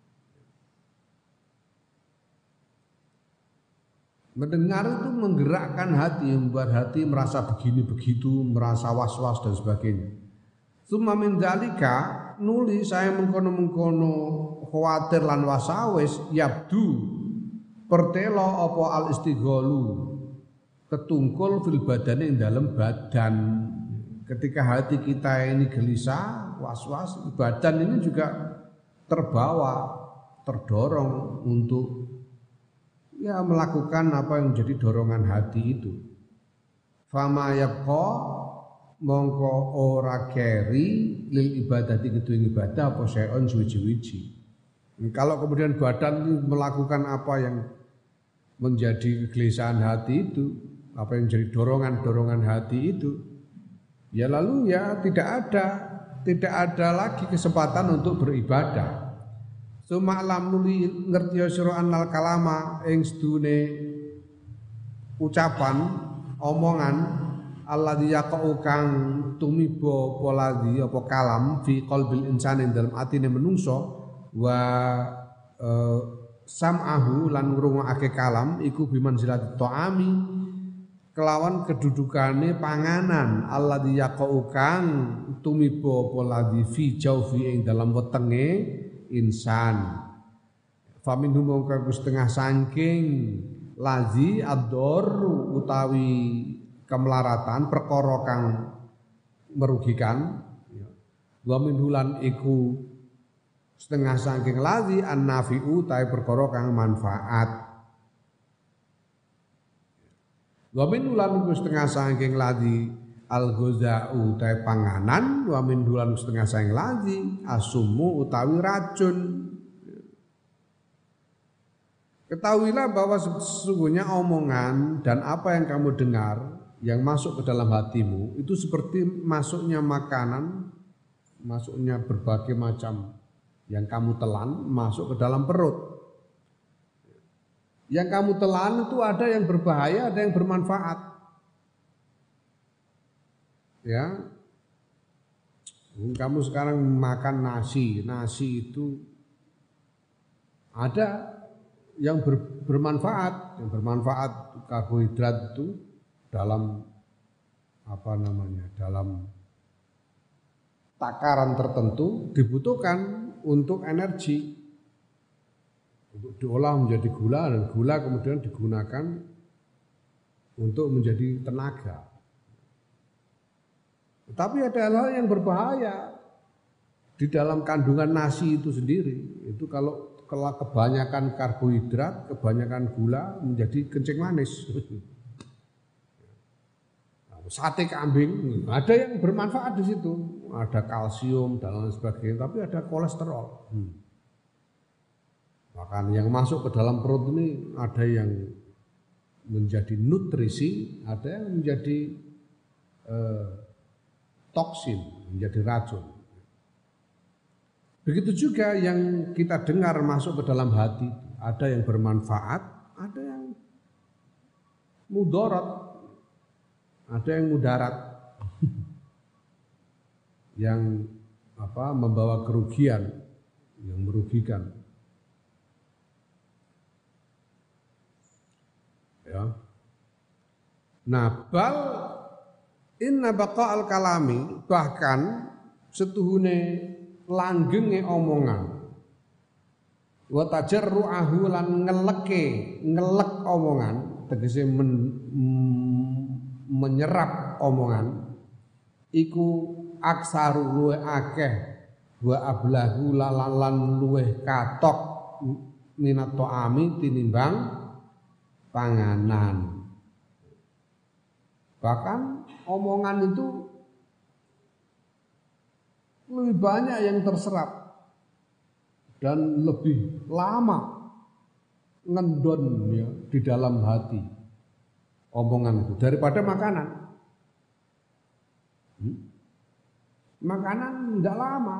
Mendengar itu menggerakkan hati, membuat hati merasa begini begitu, merasa was-was dan sebagainya. Summa min dzalika nuli saya mengkono-mengkono khawatir lan wasawis yabdu pertelo apa al istighalu ketungkul fil badane ing dalam badan. Ketika hati kita ini gelisah, was-was, badan ini juga terbawa, terdorong untuk ya melakukan apa yang menjadi dorongan hati itu. Fama yabqa mongko ora keri lil ibadati kedue ibadah apa saeon suwi-wiji. Kalau kemudian badan itu melakukan apa yang menjadi kegelisahan hati itu, apa yang menjadi dorongan-dorongan hati itu, ya lalu ya tidak ada tidak ada lagi kesempatan untuk beribadah. Suma alam nuli ngerti sira annal kalama ing sedune ucapan omongan alladzi yaqau kang tumiba apa ladzi apa kalam fi qalbil insani dalam atine menungso wa e, sam'ahu lan ngrungokake kalam iku bimanzilati ta'ami kelawan kedudukane panganan alladzi yaqau kang tumiba apa ladzi fi jaufi ing dalam wetenge insan. Faminhum mongko setengah saking lazi ad-dar utawi kemelaratan perkara kang merugikan. Wa minhulan iku setengah saking lazi an-nafi'u ta perkara kang manfaat. Wa minhulan iku setengah saking lazi al-ghaza'u utawi panganan wa min dulan setengah saing lazi asumu utawi racun. Ketahuilah bahwa sesungguhnya omongan dan apa yang kamu dengar yang masuk ke dalam hatimu itu seperti masuknya makanan, masuknya berbagai macam yang kamu telan masuk ke dalam perut. Yang kamu telan itu ada yang berbahaya, ada yang bermanfaat. Ya, kamu sekarang makan nasi, nasi itu ada yang ber, bermanfaat, yang bermanfaat karbohidrat itu dalam apa namanya, dalam takaran tertentu dibutuhkan untuk energi, untuk diolah menjadi gula dan gula kemudian digunakan untuk menjadi tenaga. Tapi ada hal yang berbahaya di dalam kandungan nasi itu sendiri. Itu kalau kalau kebanyakan karbohidrat, kebanyakan gula menjadi kencing manis. Sate kambing ada yang bermanfaat di situ, ada kalsium dan lain sebagainya. Tapi ada kolesterol. Hmm. Bahkan yang masuk ke dalam perut ini ada yang menjadi nutrisi, ada yang menjadi eh, toksin, menjadi racun. Begitu juga yang kita dengar masuk ke dalam hati, ada yang bermanfaat, ada yang mudarat, ada yang mudarat, yang apa membawa kerugian, yang merugikan. Ya. Nah, bal inna baqa'al kalami bahkan setuhune langgenge omongan wa tajarru'ahu lan ngeleke ngelek omongan tegese men, mm, menyerap omongan iku aksaru luwe akeh wa ablahu lan luwe katok minat ta'ami tinimbang panganan. Bahkan omongan itu lebih banyak yang terserap dan lebih lama ngendon ya di dalam hati omongan itu daripada makanan. Hmm? Makanan enggak lama.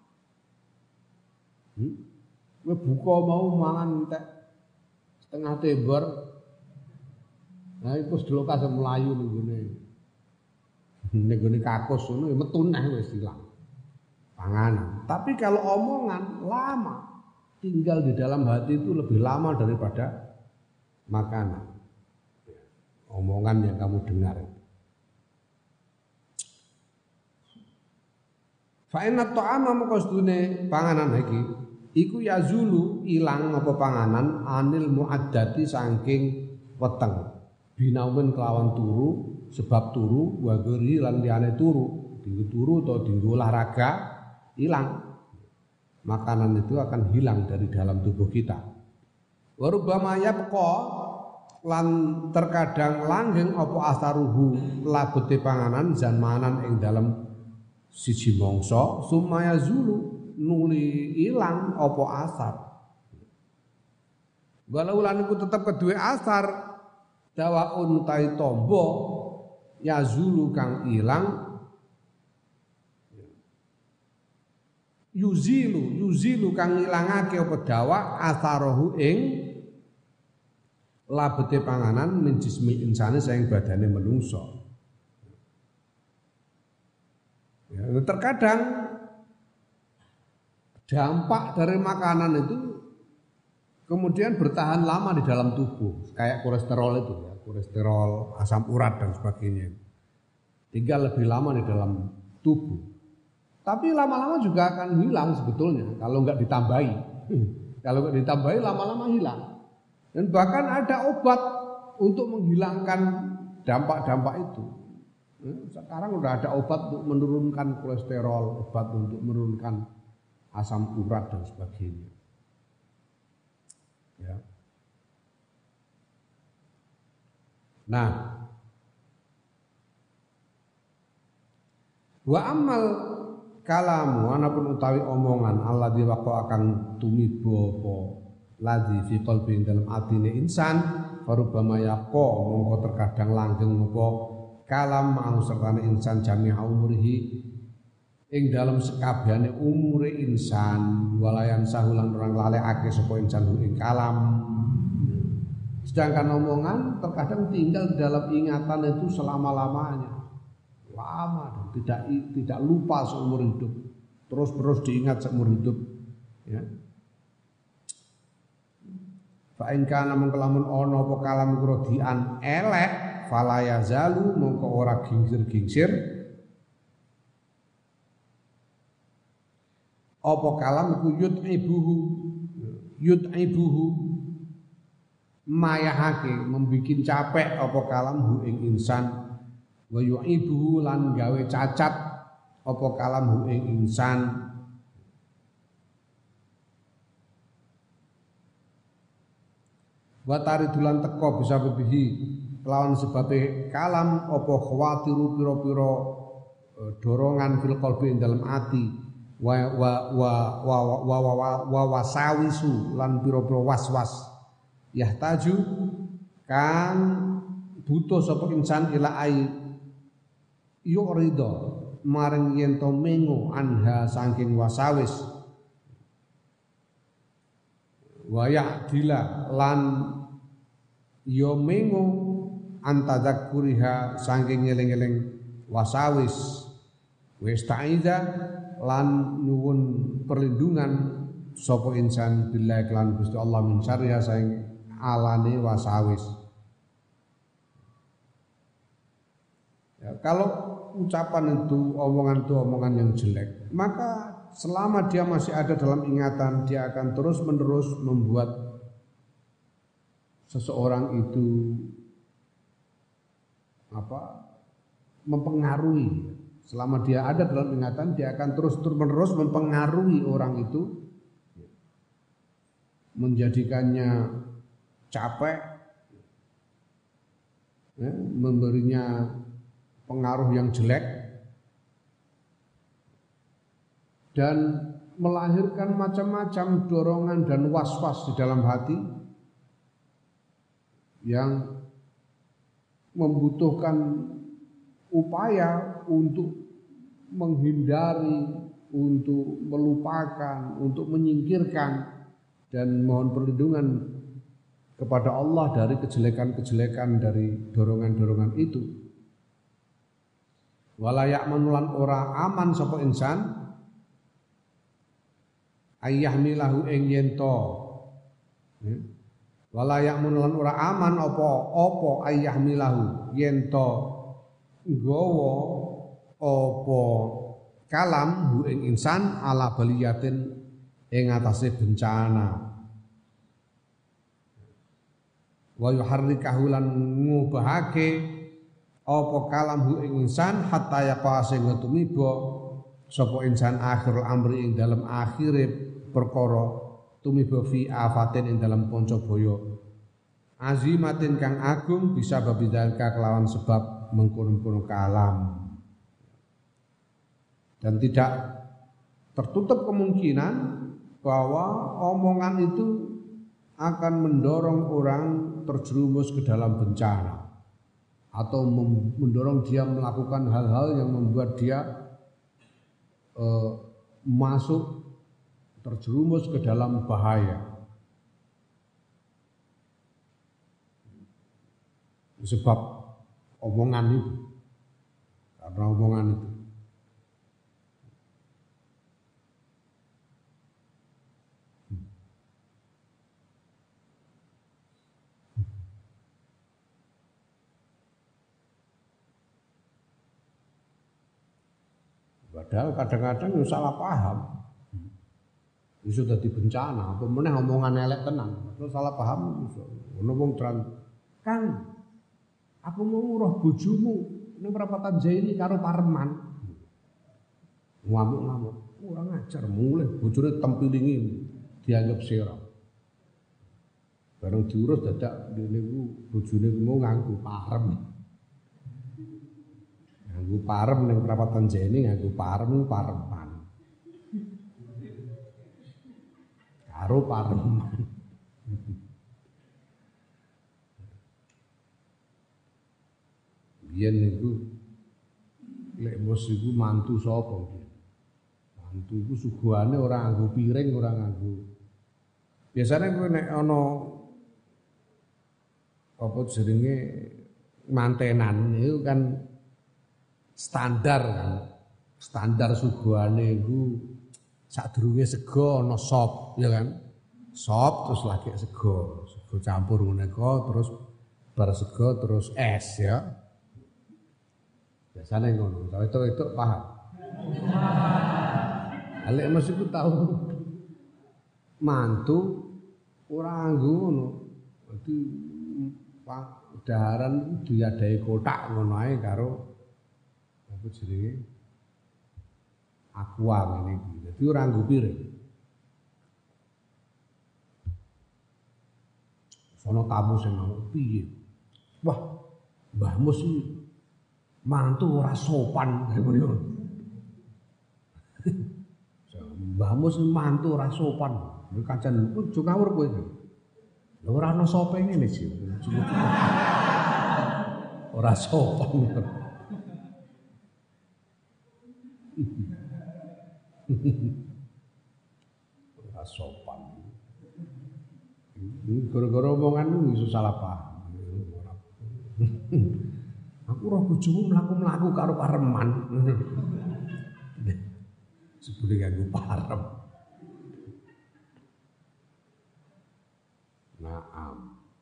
Hmm? Buka mau mangan entek setengah tebar. Nah iku sedelo kasem mlayu ning gone. Ning gone kakus ngono ya metu neh wis ilang. Panganan. Tapi kalau omongan lama, tinggal di dalam hati itu lebih lama daripada makanan. Omongan yang kamu dengar. Fa inna ta'ama moko sedune panganan iki iku yazulu ilang apa panganan anil muaddati saking weteng. Binaumen kelawan turu, sebab turu wa geri lan liyane turu, dinggo turu atau dinggo olahraga hilang. Makanan itu akan hilang dari dalam tubuh kita. Warubama yabqa lan terkadang langgeng apa asaruhu labete panganan zamanan ing dalam siji mangsa sumaya zulu nuli ilang apa asar. Walau lan iku tetep kedue asar dawaun tai tombo ya zulu kang ilang yuzilu yuzilu kang ngilangake apa dawa asarohu ing labete panganan min jismil insani saing badane menungso. Ya, terkadang dampak dari makanan itu kemudian bertahan lama di dalam tubuh, kayak kolesterol itu ya, kolesterol, asam urat dan sebagainya. Tinggal lebih lama di dalam tubuh. Tapi lama-lama juga akan hilang sebetulnya kalau nggak ditambahi. Kalau nggak ditambahi lama-lama hilang. Dan bahkan ada obat untuk menghilangkan dampak-dampak itu. Sekarang udah ada obat untuk menurunkan kolesterol, obat untuk menurunkan asam urat dan sebagainya. Ya. Nah, wa amal kalamu anapun utawi omongan Allah diwako akan tumibo apa ladzi fi qalbi dalam atine insan farubama yaqo mongko terkadang langgeng apa kalam mau sertane insan jami'a umurihi ing dalam sekabehane umure insan walayan sahulan orang lalekake sapa insan ing kalam. Sedangkan omongan terkadang tinggal di dalam ingatan itu selama-lamanya. Lama dan tidak tidak lupa seumur hidup. Terus-terus diingat seumur hidup, ya. Fa in kana mengkelamun ana apa kalam krodian elek fala yazalu mongko ora gingsir-gingsir apa kalam iku yut'ibuhu yut'ibuhu mayahake membikin capek apa kalam hu ing insan wa yu'ibuhu lan gawe cacat apa kalam hu ing insan wa taridulan teko bisa bebihi lawan sebabe kalam apa khawatiru pira-pira dorongan fil qalbi ing dalam ati wa wa wa wa wa wa wa wasawisu lan pira-pira was-was yahtaju kan butuh sapa insan ila ai yurido maring yen to mengo anha saking wasawis wa ya'dila lan yo mengo antadzakuriha saking ngeling-eling wasawis wis ta'iza lan nuwun perlindungan sapa insan billahi lan Gusti Allah min syarriha saing alane wasawis. Ya, kalau ucapan itu, omongan itu omongan yang jelek, maka selama dia masih ada dalam ingatan, dia akan terus-menerus membuat seseorang itu apa? mempengaruhi. Selama dia ada dalam ingatan, dia akan terus-menerus mempengaruhi orang itu, menjadikannya capek, ya, memberinya pengaruh yang jelek dan melahirkan macam-macam dorongan dan was-was di dalam hati yang membutuhkan upaya untuk menghindari, untuk melupakan, untuk menyingkirkan dan mohon perlindungan kepada Allah dari kejelekan-kejelekan dari dorongan-dorongan itu. Walayak menulan ora aman sapa insan ayah milahu ing yento. Walayak menulan ora aman apa apa ayah milahu yento nggawa apa kalam hu ing insan ala baliyatin ing atase bencana. Wa yuharrikahu lan ngubahake apa kalam hu ing insan hatta yaqa sing tumiba sapa insan akhirul amri ing dalam akhire perkara tumiba fi afatin ing dalam panca baya azimatin kang agung bisa babidalka kelawan sebab mengkono-kono kalam. Dan tidak tertutup kemungkinan bahwa omongan itu akan mendorong orang terjerumus ke dalam bencana atau mendorong dia melakukan hal-hal yang membuat dia eh, masuk terjerumus ke dalam bahaya. Sebab omongan itu, karena omongan itu. Padahal kadang-kadang salah paham. Itu sudah di bencana, apa meneh omongan elek tenan. Terus salah paham, ngomong terang, Kang, aku mau roh bojomu ning perapatan Jaini karo Pareman. Ngamuk-ngamuk, ora ngajar mulai bojone tempilingi dianggap sira. Bareng diurus dadak niku bojone mau nganggo parem. Nganggo parem ning perapatan Jaini nganggo parem Pareman. Karo Pareman. Biyen niku lek bos iku mantu sapa biyen. Mantu iku suguhane ora nganggo piring, ora nganggo. Biasane kowe nek ana apa jenenge mantenan niku kan standar kan. Standar suguhane iku sadurunge sego ana sop, ya kan? Sop terus lagi sego, sego campur ngene terus bar sego terus es ya. Biasanya ngono, kalau itu itu paham. Alek masih ku tahu mantu orang ngono. Dadi daharan diadahi kotak ngono ae karo apa jenenge aqua ngene iki. Dadi ora nggo piring. Sono tamu sing ngono piye? Wah, Mbah Mus iki mantu ora sopan ngono. Mbah Mus mantu ora sopan. Kancan ojo ngawur kowe. Lha ora ana sope ngene sih. Ora sopan. Ora sopan. Gara-gara omongan iso salah paham. Aku roh bojomu mlaku-mlaku karo Pareman. Sebule nganggo parem. Naam.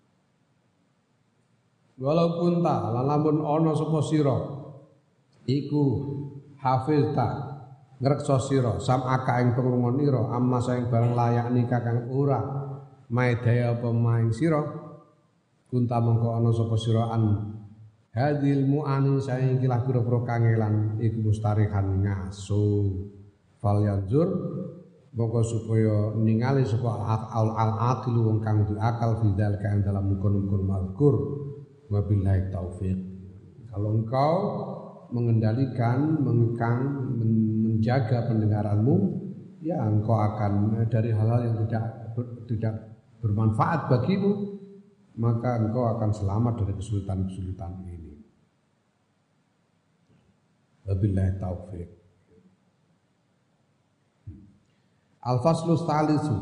Walaupun ta lamun ana sapa sira iku hafizta ngreksa sira samaka ing pengrungonira amma saing barang layak nikah kang ora maedaya apa maing sira kunta mengko ana sapa sira an hadil mu'ani saing kilah pira-pira kangelan iku mustarihan ngaso fal yanzur mongko supaya ningali sapa al al aqil wong kang duwe akal fidal kang dalam mukun-mukun mazkur wabillahi taufik. Kalau engkau mengendalikan, mengekang, menjaga pendengaranmu, ya engkau akan dari hal-hal yang tidak ber, tidak bermanfaat bagimu, maka engkau akan selamat dari kesulitan-kesulitan ini. Wabillahi taufiq. Al-faslu tsalitsu.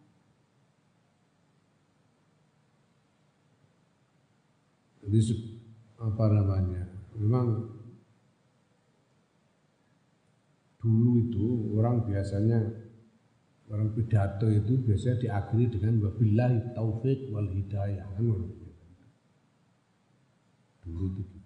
Jadi apa namanya? Memang dulu itu orang biasanya orang pidato itu biasanya diakhiri dengan wabillahi taufiq wal hidayah kan. Dulu itu gitu.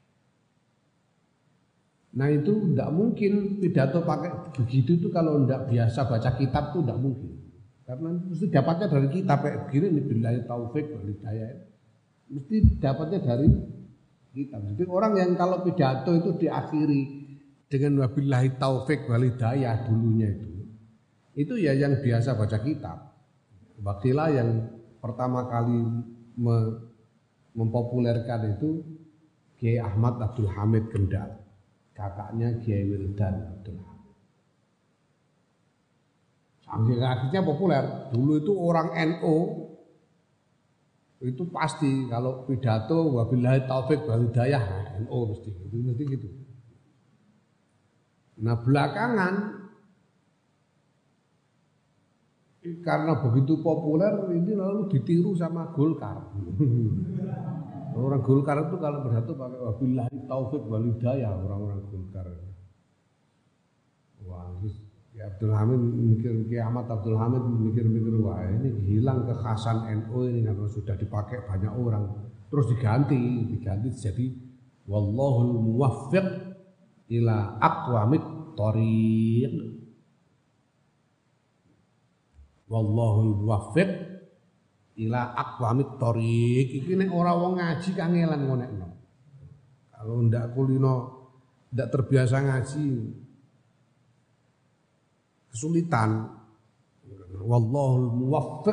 Nah itu tidak mungkin pidato pakai begitu itu kalau tidak biasa baca kitab itu tidak mungkin. Karena mesti dapatnya dari kitab kayak begini nih billahi taufiq wal hidayah. Mesti dapatnya dari kitab. Jadi orang yang kalau pidato itu diakhiri dengan wabillahi taufik wal hidayah dulunya itu. Itu ya yang biasa baca kitab. Wakilah yang pertama kali me, mempopulerkan itu Kiai Ahmad Abdul Hamid Kendal. Kakaknya Kiai Wildan Abdul Hamid. Akhirnya populer. Dulu itu orang N U itu pasti kalau pidato wabillahi taufik wal hidayah N U mesti gitu, mesti gitu. Nah belakangan karena begitu populer ini lalu ditiru sama Golkar. Orang Golkar itu kalau pidato pakai wabillahi taufik wal hidayah orang-orang Golkar. Wah, terus ya Abdul Hamid mikir, Kiai Ahmad Abdul Hamid mikir-mikir, wah ini hilang kekhasan N U ini karena sudah dipakai banyak orang. Terus diganti, diganti jadi wallahul muwaffiq ila aqwamit thoriq. Wallahul muwaffiq ila aqwamit thoriq. Iki nek ora wong ngaji kangelan ngonekno. Kalau ndak kulino ndak terbiasa ngaji kesulitan. Wallahul muwaffiq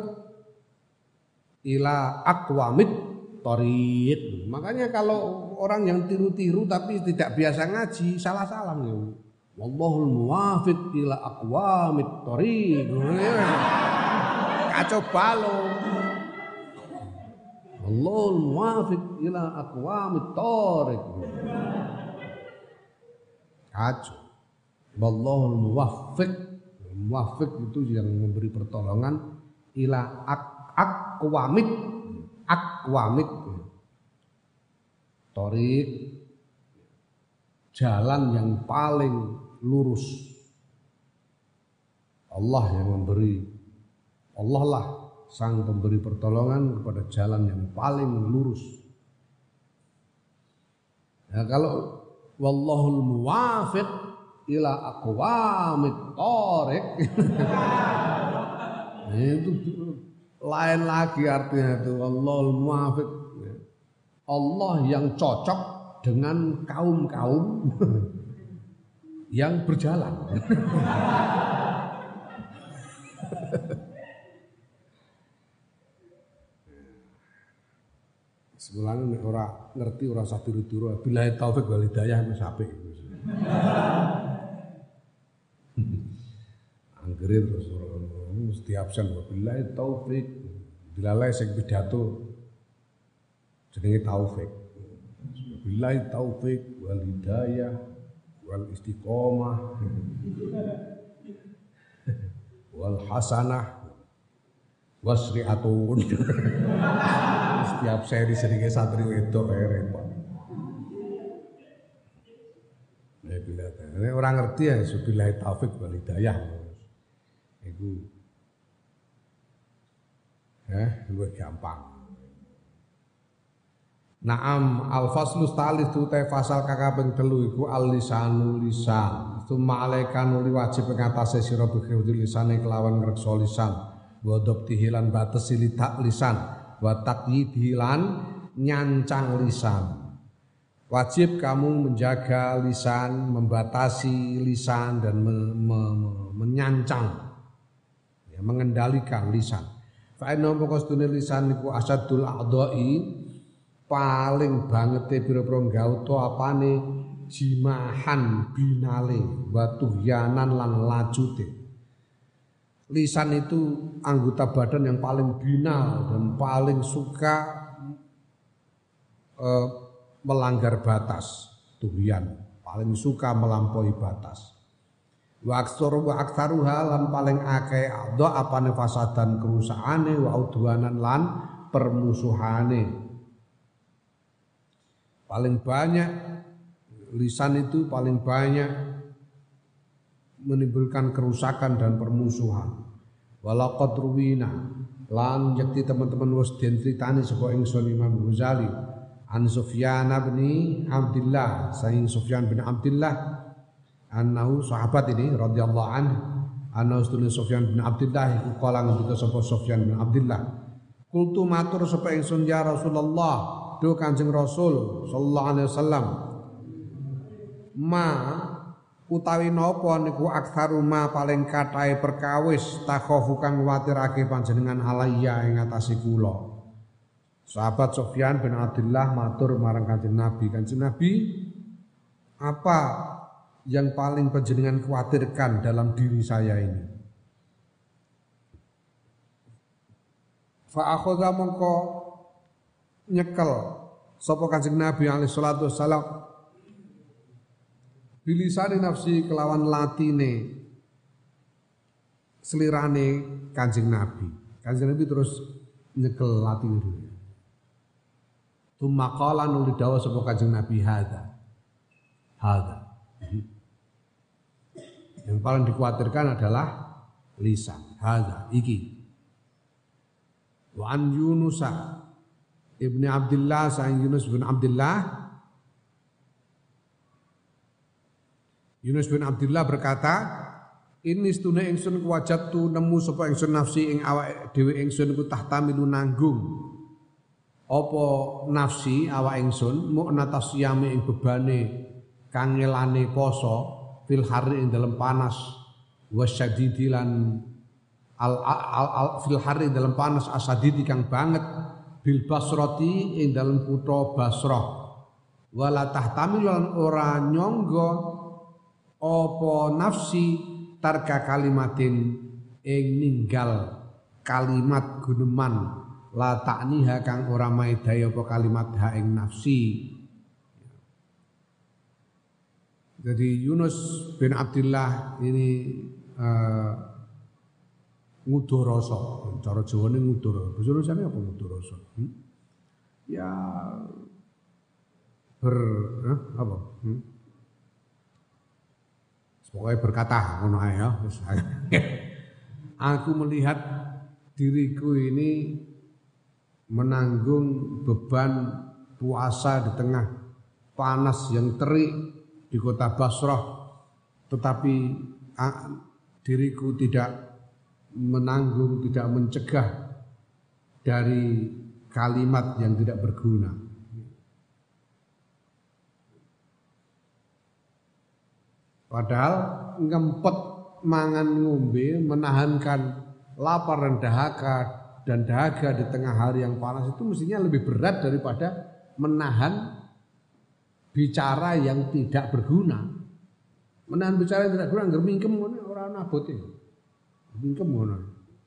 ila aqwamit thoriq. Makanya kalau orang yang tiru-tiru tapi tidak biasa ngaji salah-salah ya. Wallahul muwaffiq ila aqwamit thoriq. Kacau balau. Wallahul muwaffiq ila aqwamit thoriq. Kacau. Wallahul muwaffiq. Muwaffiq itu yang memberi pertolongan ila aqwamit aqwamit thoriq, jalan yang paling lurus. Allah yang memberi, Allah lah sang pemberi pertolongan kepada jalan yang paling lurus. Nah, kalau wallahul muwaffiq ila aqwamit thoriq itu lain lagi artinya itu Allahul muwaffiq. Allah yang cocok dengan kaum-kaum yang berjalan. Semulane nek ora ngerti ora usah tiru-tiru. Billahi taufik wal hidayah wis apik. Anggere terus mesti absen wabillahi taufik. Dilalai sing pidato jenenge taufik. Wabillahi taufik wal hidayah wal istiqomah wal hasanah wasri'atun. Setiap seri sedikit santri itu kayak repot. Ya bila ini orang ngerti ya subillahi taufik wal hidayah. Itu ya lebih gampang. Naam al-faslu tsalits tu te fasal kakaping telu iku al-lisanu lisan. Summa alaika nuli wajib ngatasi sira bihifdzi lisane kelawan ngreksa lisan. Wa dhabtihilan bates litak lisan. Wa taqyidhilan nyancang lisan. Wajib kamu menjaga lisan, membatasi lisan dan me, me, me, menyancang, ya, mengendalikan lisan. Fa inna maqastune lisan niku asadul a'dha'i paling bangete pira-pira gauta apane jimahan binale wa tuhyanan lan lajute. Lisan itu anggota badan yang paling binal dan paling suka eh, melanggar batas. Tuhyan, paling suka melampaui batas. Wa aktsara wa aktsaruha lan paling akeh adha apane fasadan kerusakane wa udwanan lan permusuhane. Paling banyak lisan itu paling banyak menimbulkan kerusakan dan permusuhan. Walaqad ruwina lan yakti teman-teman wis den critani sapa ingsun Imam Ghazali an Sufyan bin Abdullah, saing Sufyan bin Abdullah annahu sahabat ini radhiyallahu anhu anna ustune Sufyan bin Abdullah iku kala ngendika sapa Sufyan bin Abdullah kultu matur sapa ingsun ya Rasulullah do Kanjeng Rasul sallallahu alaihi wasallam ma utawi napa niku aktsaru ma paling kathahe perkawis takhafu kang kuwatirake panjenengan alayya ing atase kula. Sahabat Sufyan bin Abdullah matur marang Kanjeng Nabi, Kanjeng Nabi, apa yang paling panjenengan khawatirkan dalam diri saya ini? Fa akhadha mongko nyekel sapa Kanjeng Nabi alaihi salatu wassalam bilisani nafsi kelawan latine selirane Kanjeng Nabi. Kanjeng Nabi terus nyekel latine dulu. Tsumma qala nuli dawuh sapa Kanjeng Nabi hadza. Hadza. Yang paling dikhawatirkan adalah lisan. Hadza iki. Wa an Yunus ibni Abdullah sa'in Yunus bin Abdullah Yunus bin Abdullah berkata, ini stune ingsun kuwajatu nemu sapa ingsun nafsi ing awake dhewe ingsun iku tahtamilu nanggung. Apa nafsi awak ingsun mu'nata siyami ing bebane kangelane poso fil hari ing dalem panas wasyadidi lan al, al, al fil hari dalam panas asadidi kang banget bil basrati ing dalem kutha Basrah wala tahtamil lan ora nyangga apa nafsi tarka kalimatin ing ninggal kalimat guneman la takniha kang ora maedhai apa kalimat ha ing nafsi. Jadi Yunus bin Abdullah ini uh, ngudoroso, cara Jawane ngudoro. Basa Indonesia apa ngudoroso? Hmm? Ya ber eh, apa? Hmm? Pokoknya berkata ngono ae ya. Aku melihat diriku ini menanggung beban puasa di tengah panas yang terik di kota Basrah, tetapi ah, diriku tidak menanggung, tidak mencegah dari kalimat yang tidak berguna. Padahal ngempet mangan ngombe menahankan lapar dan dahaga dan dahaga di tengah hari yang panas itu mestinya lebih berat daripada menahan bicara yang tidak berguna. Menahan bicara yang tidak berguna ngger mingkem ngono ora ana abote. Mingkem ngono.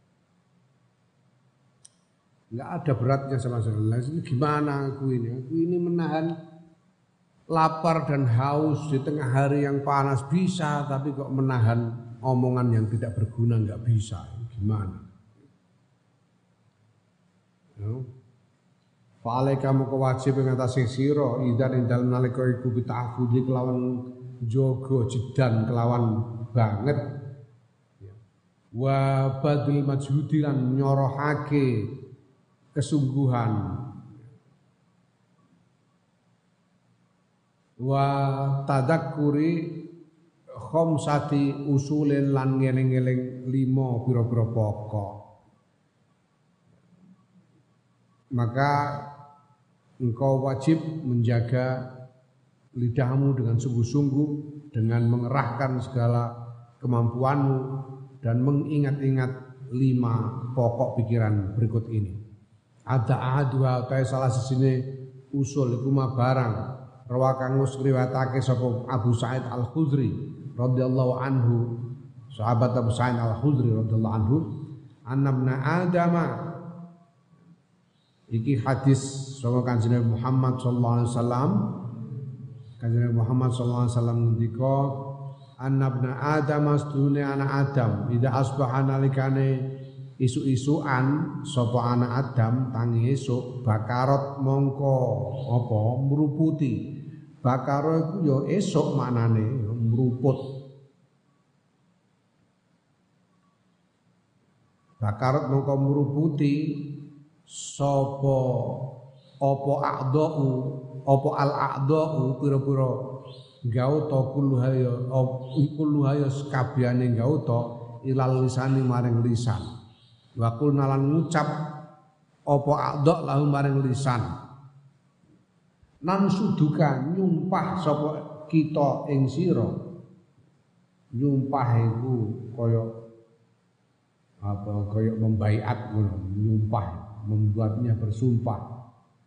Enggak ada beratnya sama sekali. Gimana aku ini? Aku ini menahan lapar dan haus di tengah hari yang panas bisa, tapi kok menahan omongan yang tidak berguna enggak bisa. Gimana? No. Fa'alai kamu kewajib ngatasi siro idan ing dalem nalika iku bita'afudi kelawan jogo jedan kelawan banget wa badil majhudi lan nyorohake kesungguhan wa tadakkuri khamsati usulin lan ngeling-eling lima pira-pira pokok. Maka engkau wajib menjaga lidahmu dengan sungguh-sungguh dengan mengerahkan segala kemampuanmu dan mengingat-ingat lima pokok pikiran berikut ini. Ada ahadua utai salah sesine usul iku barang Rawakan ngriwayatake sapa Abu Sa'id Al-Khudri radhiyallahu anhu, sahabat Abu Sa'id Al-Khudri radhiyallahu anhu, annabna Adama, iki hadis saka Kanjeng Muhammad sallallahu alaihi wasallam. Kanjeng Muhammad sallallahu alaihi wasallam ngendika, annabna Adam astune anak Adam, ida asbaha nalikane isu-isuan sapa anak Adam tangi esuk bakarot mongko apa meruputi. Bakaro iku ya esuk maknane meruput. Bakarot mongko meruputi sapa apa a'dha'u apa al-a'dha'u pira-pira gauta kulluhaya kulluhaya sakabehane gauta ilal lisani maring lisan. Wa qulna lan ngucap apa a'dha' lahu maring lisan. Nan suduka nyumpah sapa kita ing sira. Nyumpah iku kaya apa kaya membaiat ngono, nyumpah, membuatnya bersumpah.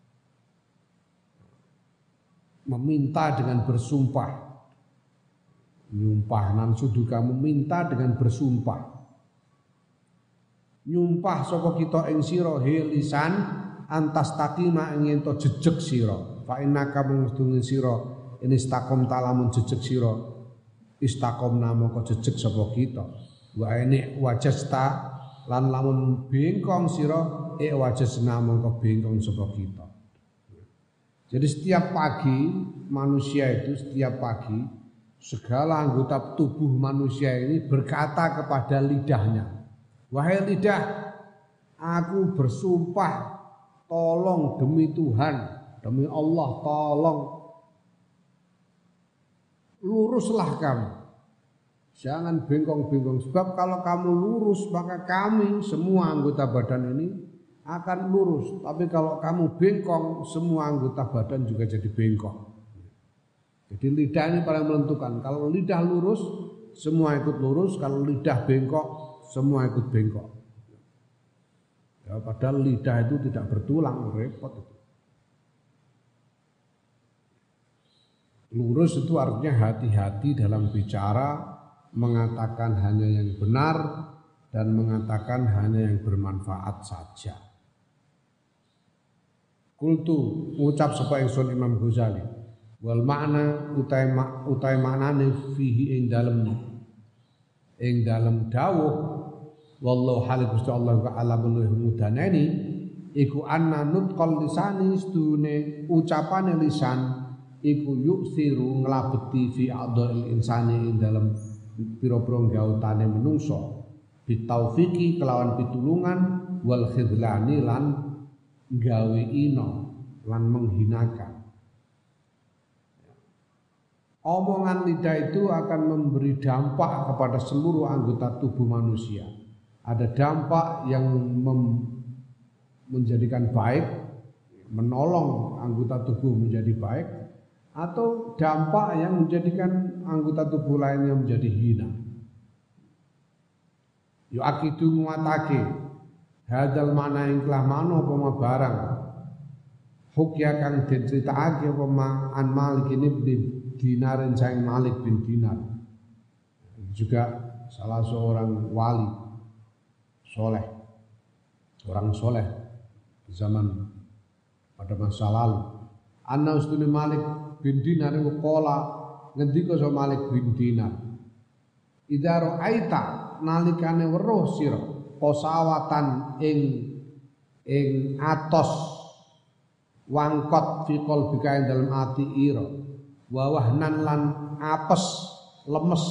Meminta dengan bersumpah. Nyumpah nan suduka meminta dengan bersumpah. Nyumpah sapa kita ing sira he lisan antas taqima ing ento jejeg sira. Fa innaka mungstune sira ini istaqom talamun jejeg sira istaqom namaka jejeg sapa kita. Wa ini wajasta lan lamun bengkong sira e wajasna mongko bengkong sapa kita. Jadi setiap pagi manusia itu setiap pagi segala anggota tubuh manusia ini berkata kepada lidahnya, wahai lidah, aku bersumpah tolong demi Tuhan, demi Allah, tolong luruslah kamu. Jangan bengkong-bengkong, sebab kalau kamu lurus maka kami semua anggota badan ini akan lurus. Tapi kalau kamu bengkong, semua anggota badan juga jadi bengkok. Jadi lidah ini paling menentukan. Kalau lidah lurus, semua ikut lurus. Kalau lidah bengkok, semua ikut bengkok. Ya, padahal lidah itu tidak bertulang, repot itu. Lurus itu artinya hati-hati dalam bicara, mengatakan hanya yang benar dan mengatakan hanya yang bermanfaat saja. Kultu ucap sapa ingsun Imam Ghazali, wal makna utai mak utai maknane fihi ing dalem ing dalem dawuh wallahu hal Gusti Allah wa alamul mudanani iku anna nutqal lisani stune ucapane lisan iku yuksiru nglabeti fi a'dha'il insani ing dalem pira-pira gautane menungso bitaufiqi kelawan pitulungan wal khidlani lan gawe ino lan menghinakan. Omongan lidah itu akan memberi dampak kepada seluruh anggota tubuh manusia. Ada dampak yang mem- menjadikan baik, menolong anggota tubuh menjadi baik, atau dampak yang menjadikan anggota tubuh lainnya menjadi hina. Yu'akidu muatake hadal makna ing kelah mano apa barang hukya kang den critakake apa an Malik bin Dinar saing Malik bin Dinar, juga salah seorang wali soleh, orang soleh di zaman pada masa lalu. Anna ustune Malik bin Dinar iku qala ngendika sapa Malik bin Dinar, idza ra'aita nalikane weruh sira posawatan ing ing atos wangkot fi qalbika ing dalem ati ira wa wahnan lan apes lemes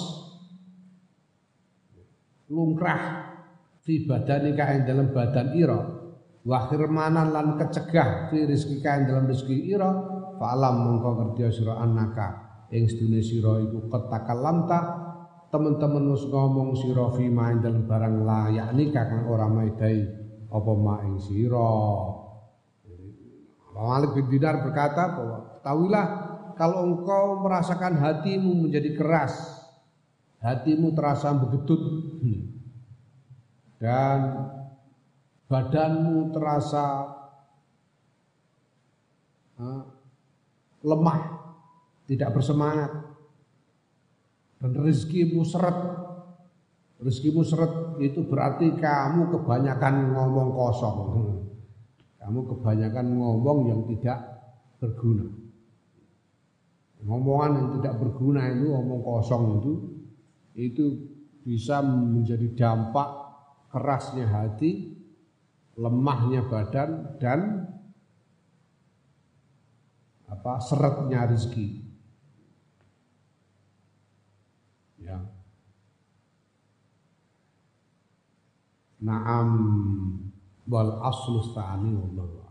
lumrah fi badanika ing dalem badan ira wa khirmanan lan kecegah fi rizqika ing dalem rezeki ira fa alam mongko ngerti sira annaka ing sedune sira iku katakallamta teman-teman wis ngomong sira fi ma indal barang layak nikah kang ora maidai apa ma ing sira. Malik bin Dinar berkata bahwa ketahuilah kalau engkau merasakan hatimu menjadi keras, hatimu terasa bergedut dan badanmu terasa uh, lemah, tidak bersemangat. Dan rezekimu seret. Rezekimu seret itu berarti kamu kebanyakan ngomong kosong. Kamu kebanyakan ngomong yang tidak berguna. Ngomongan yang tidak berguna itu, ngomong kosong itu, itu bisa menjadi dampak kerasnya hati, lemahnya badan, dan apa seretnya rezeki. Ya. Naam wal aslu tsani wallahu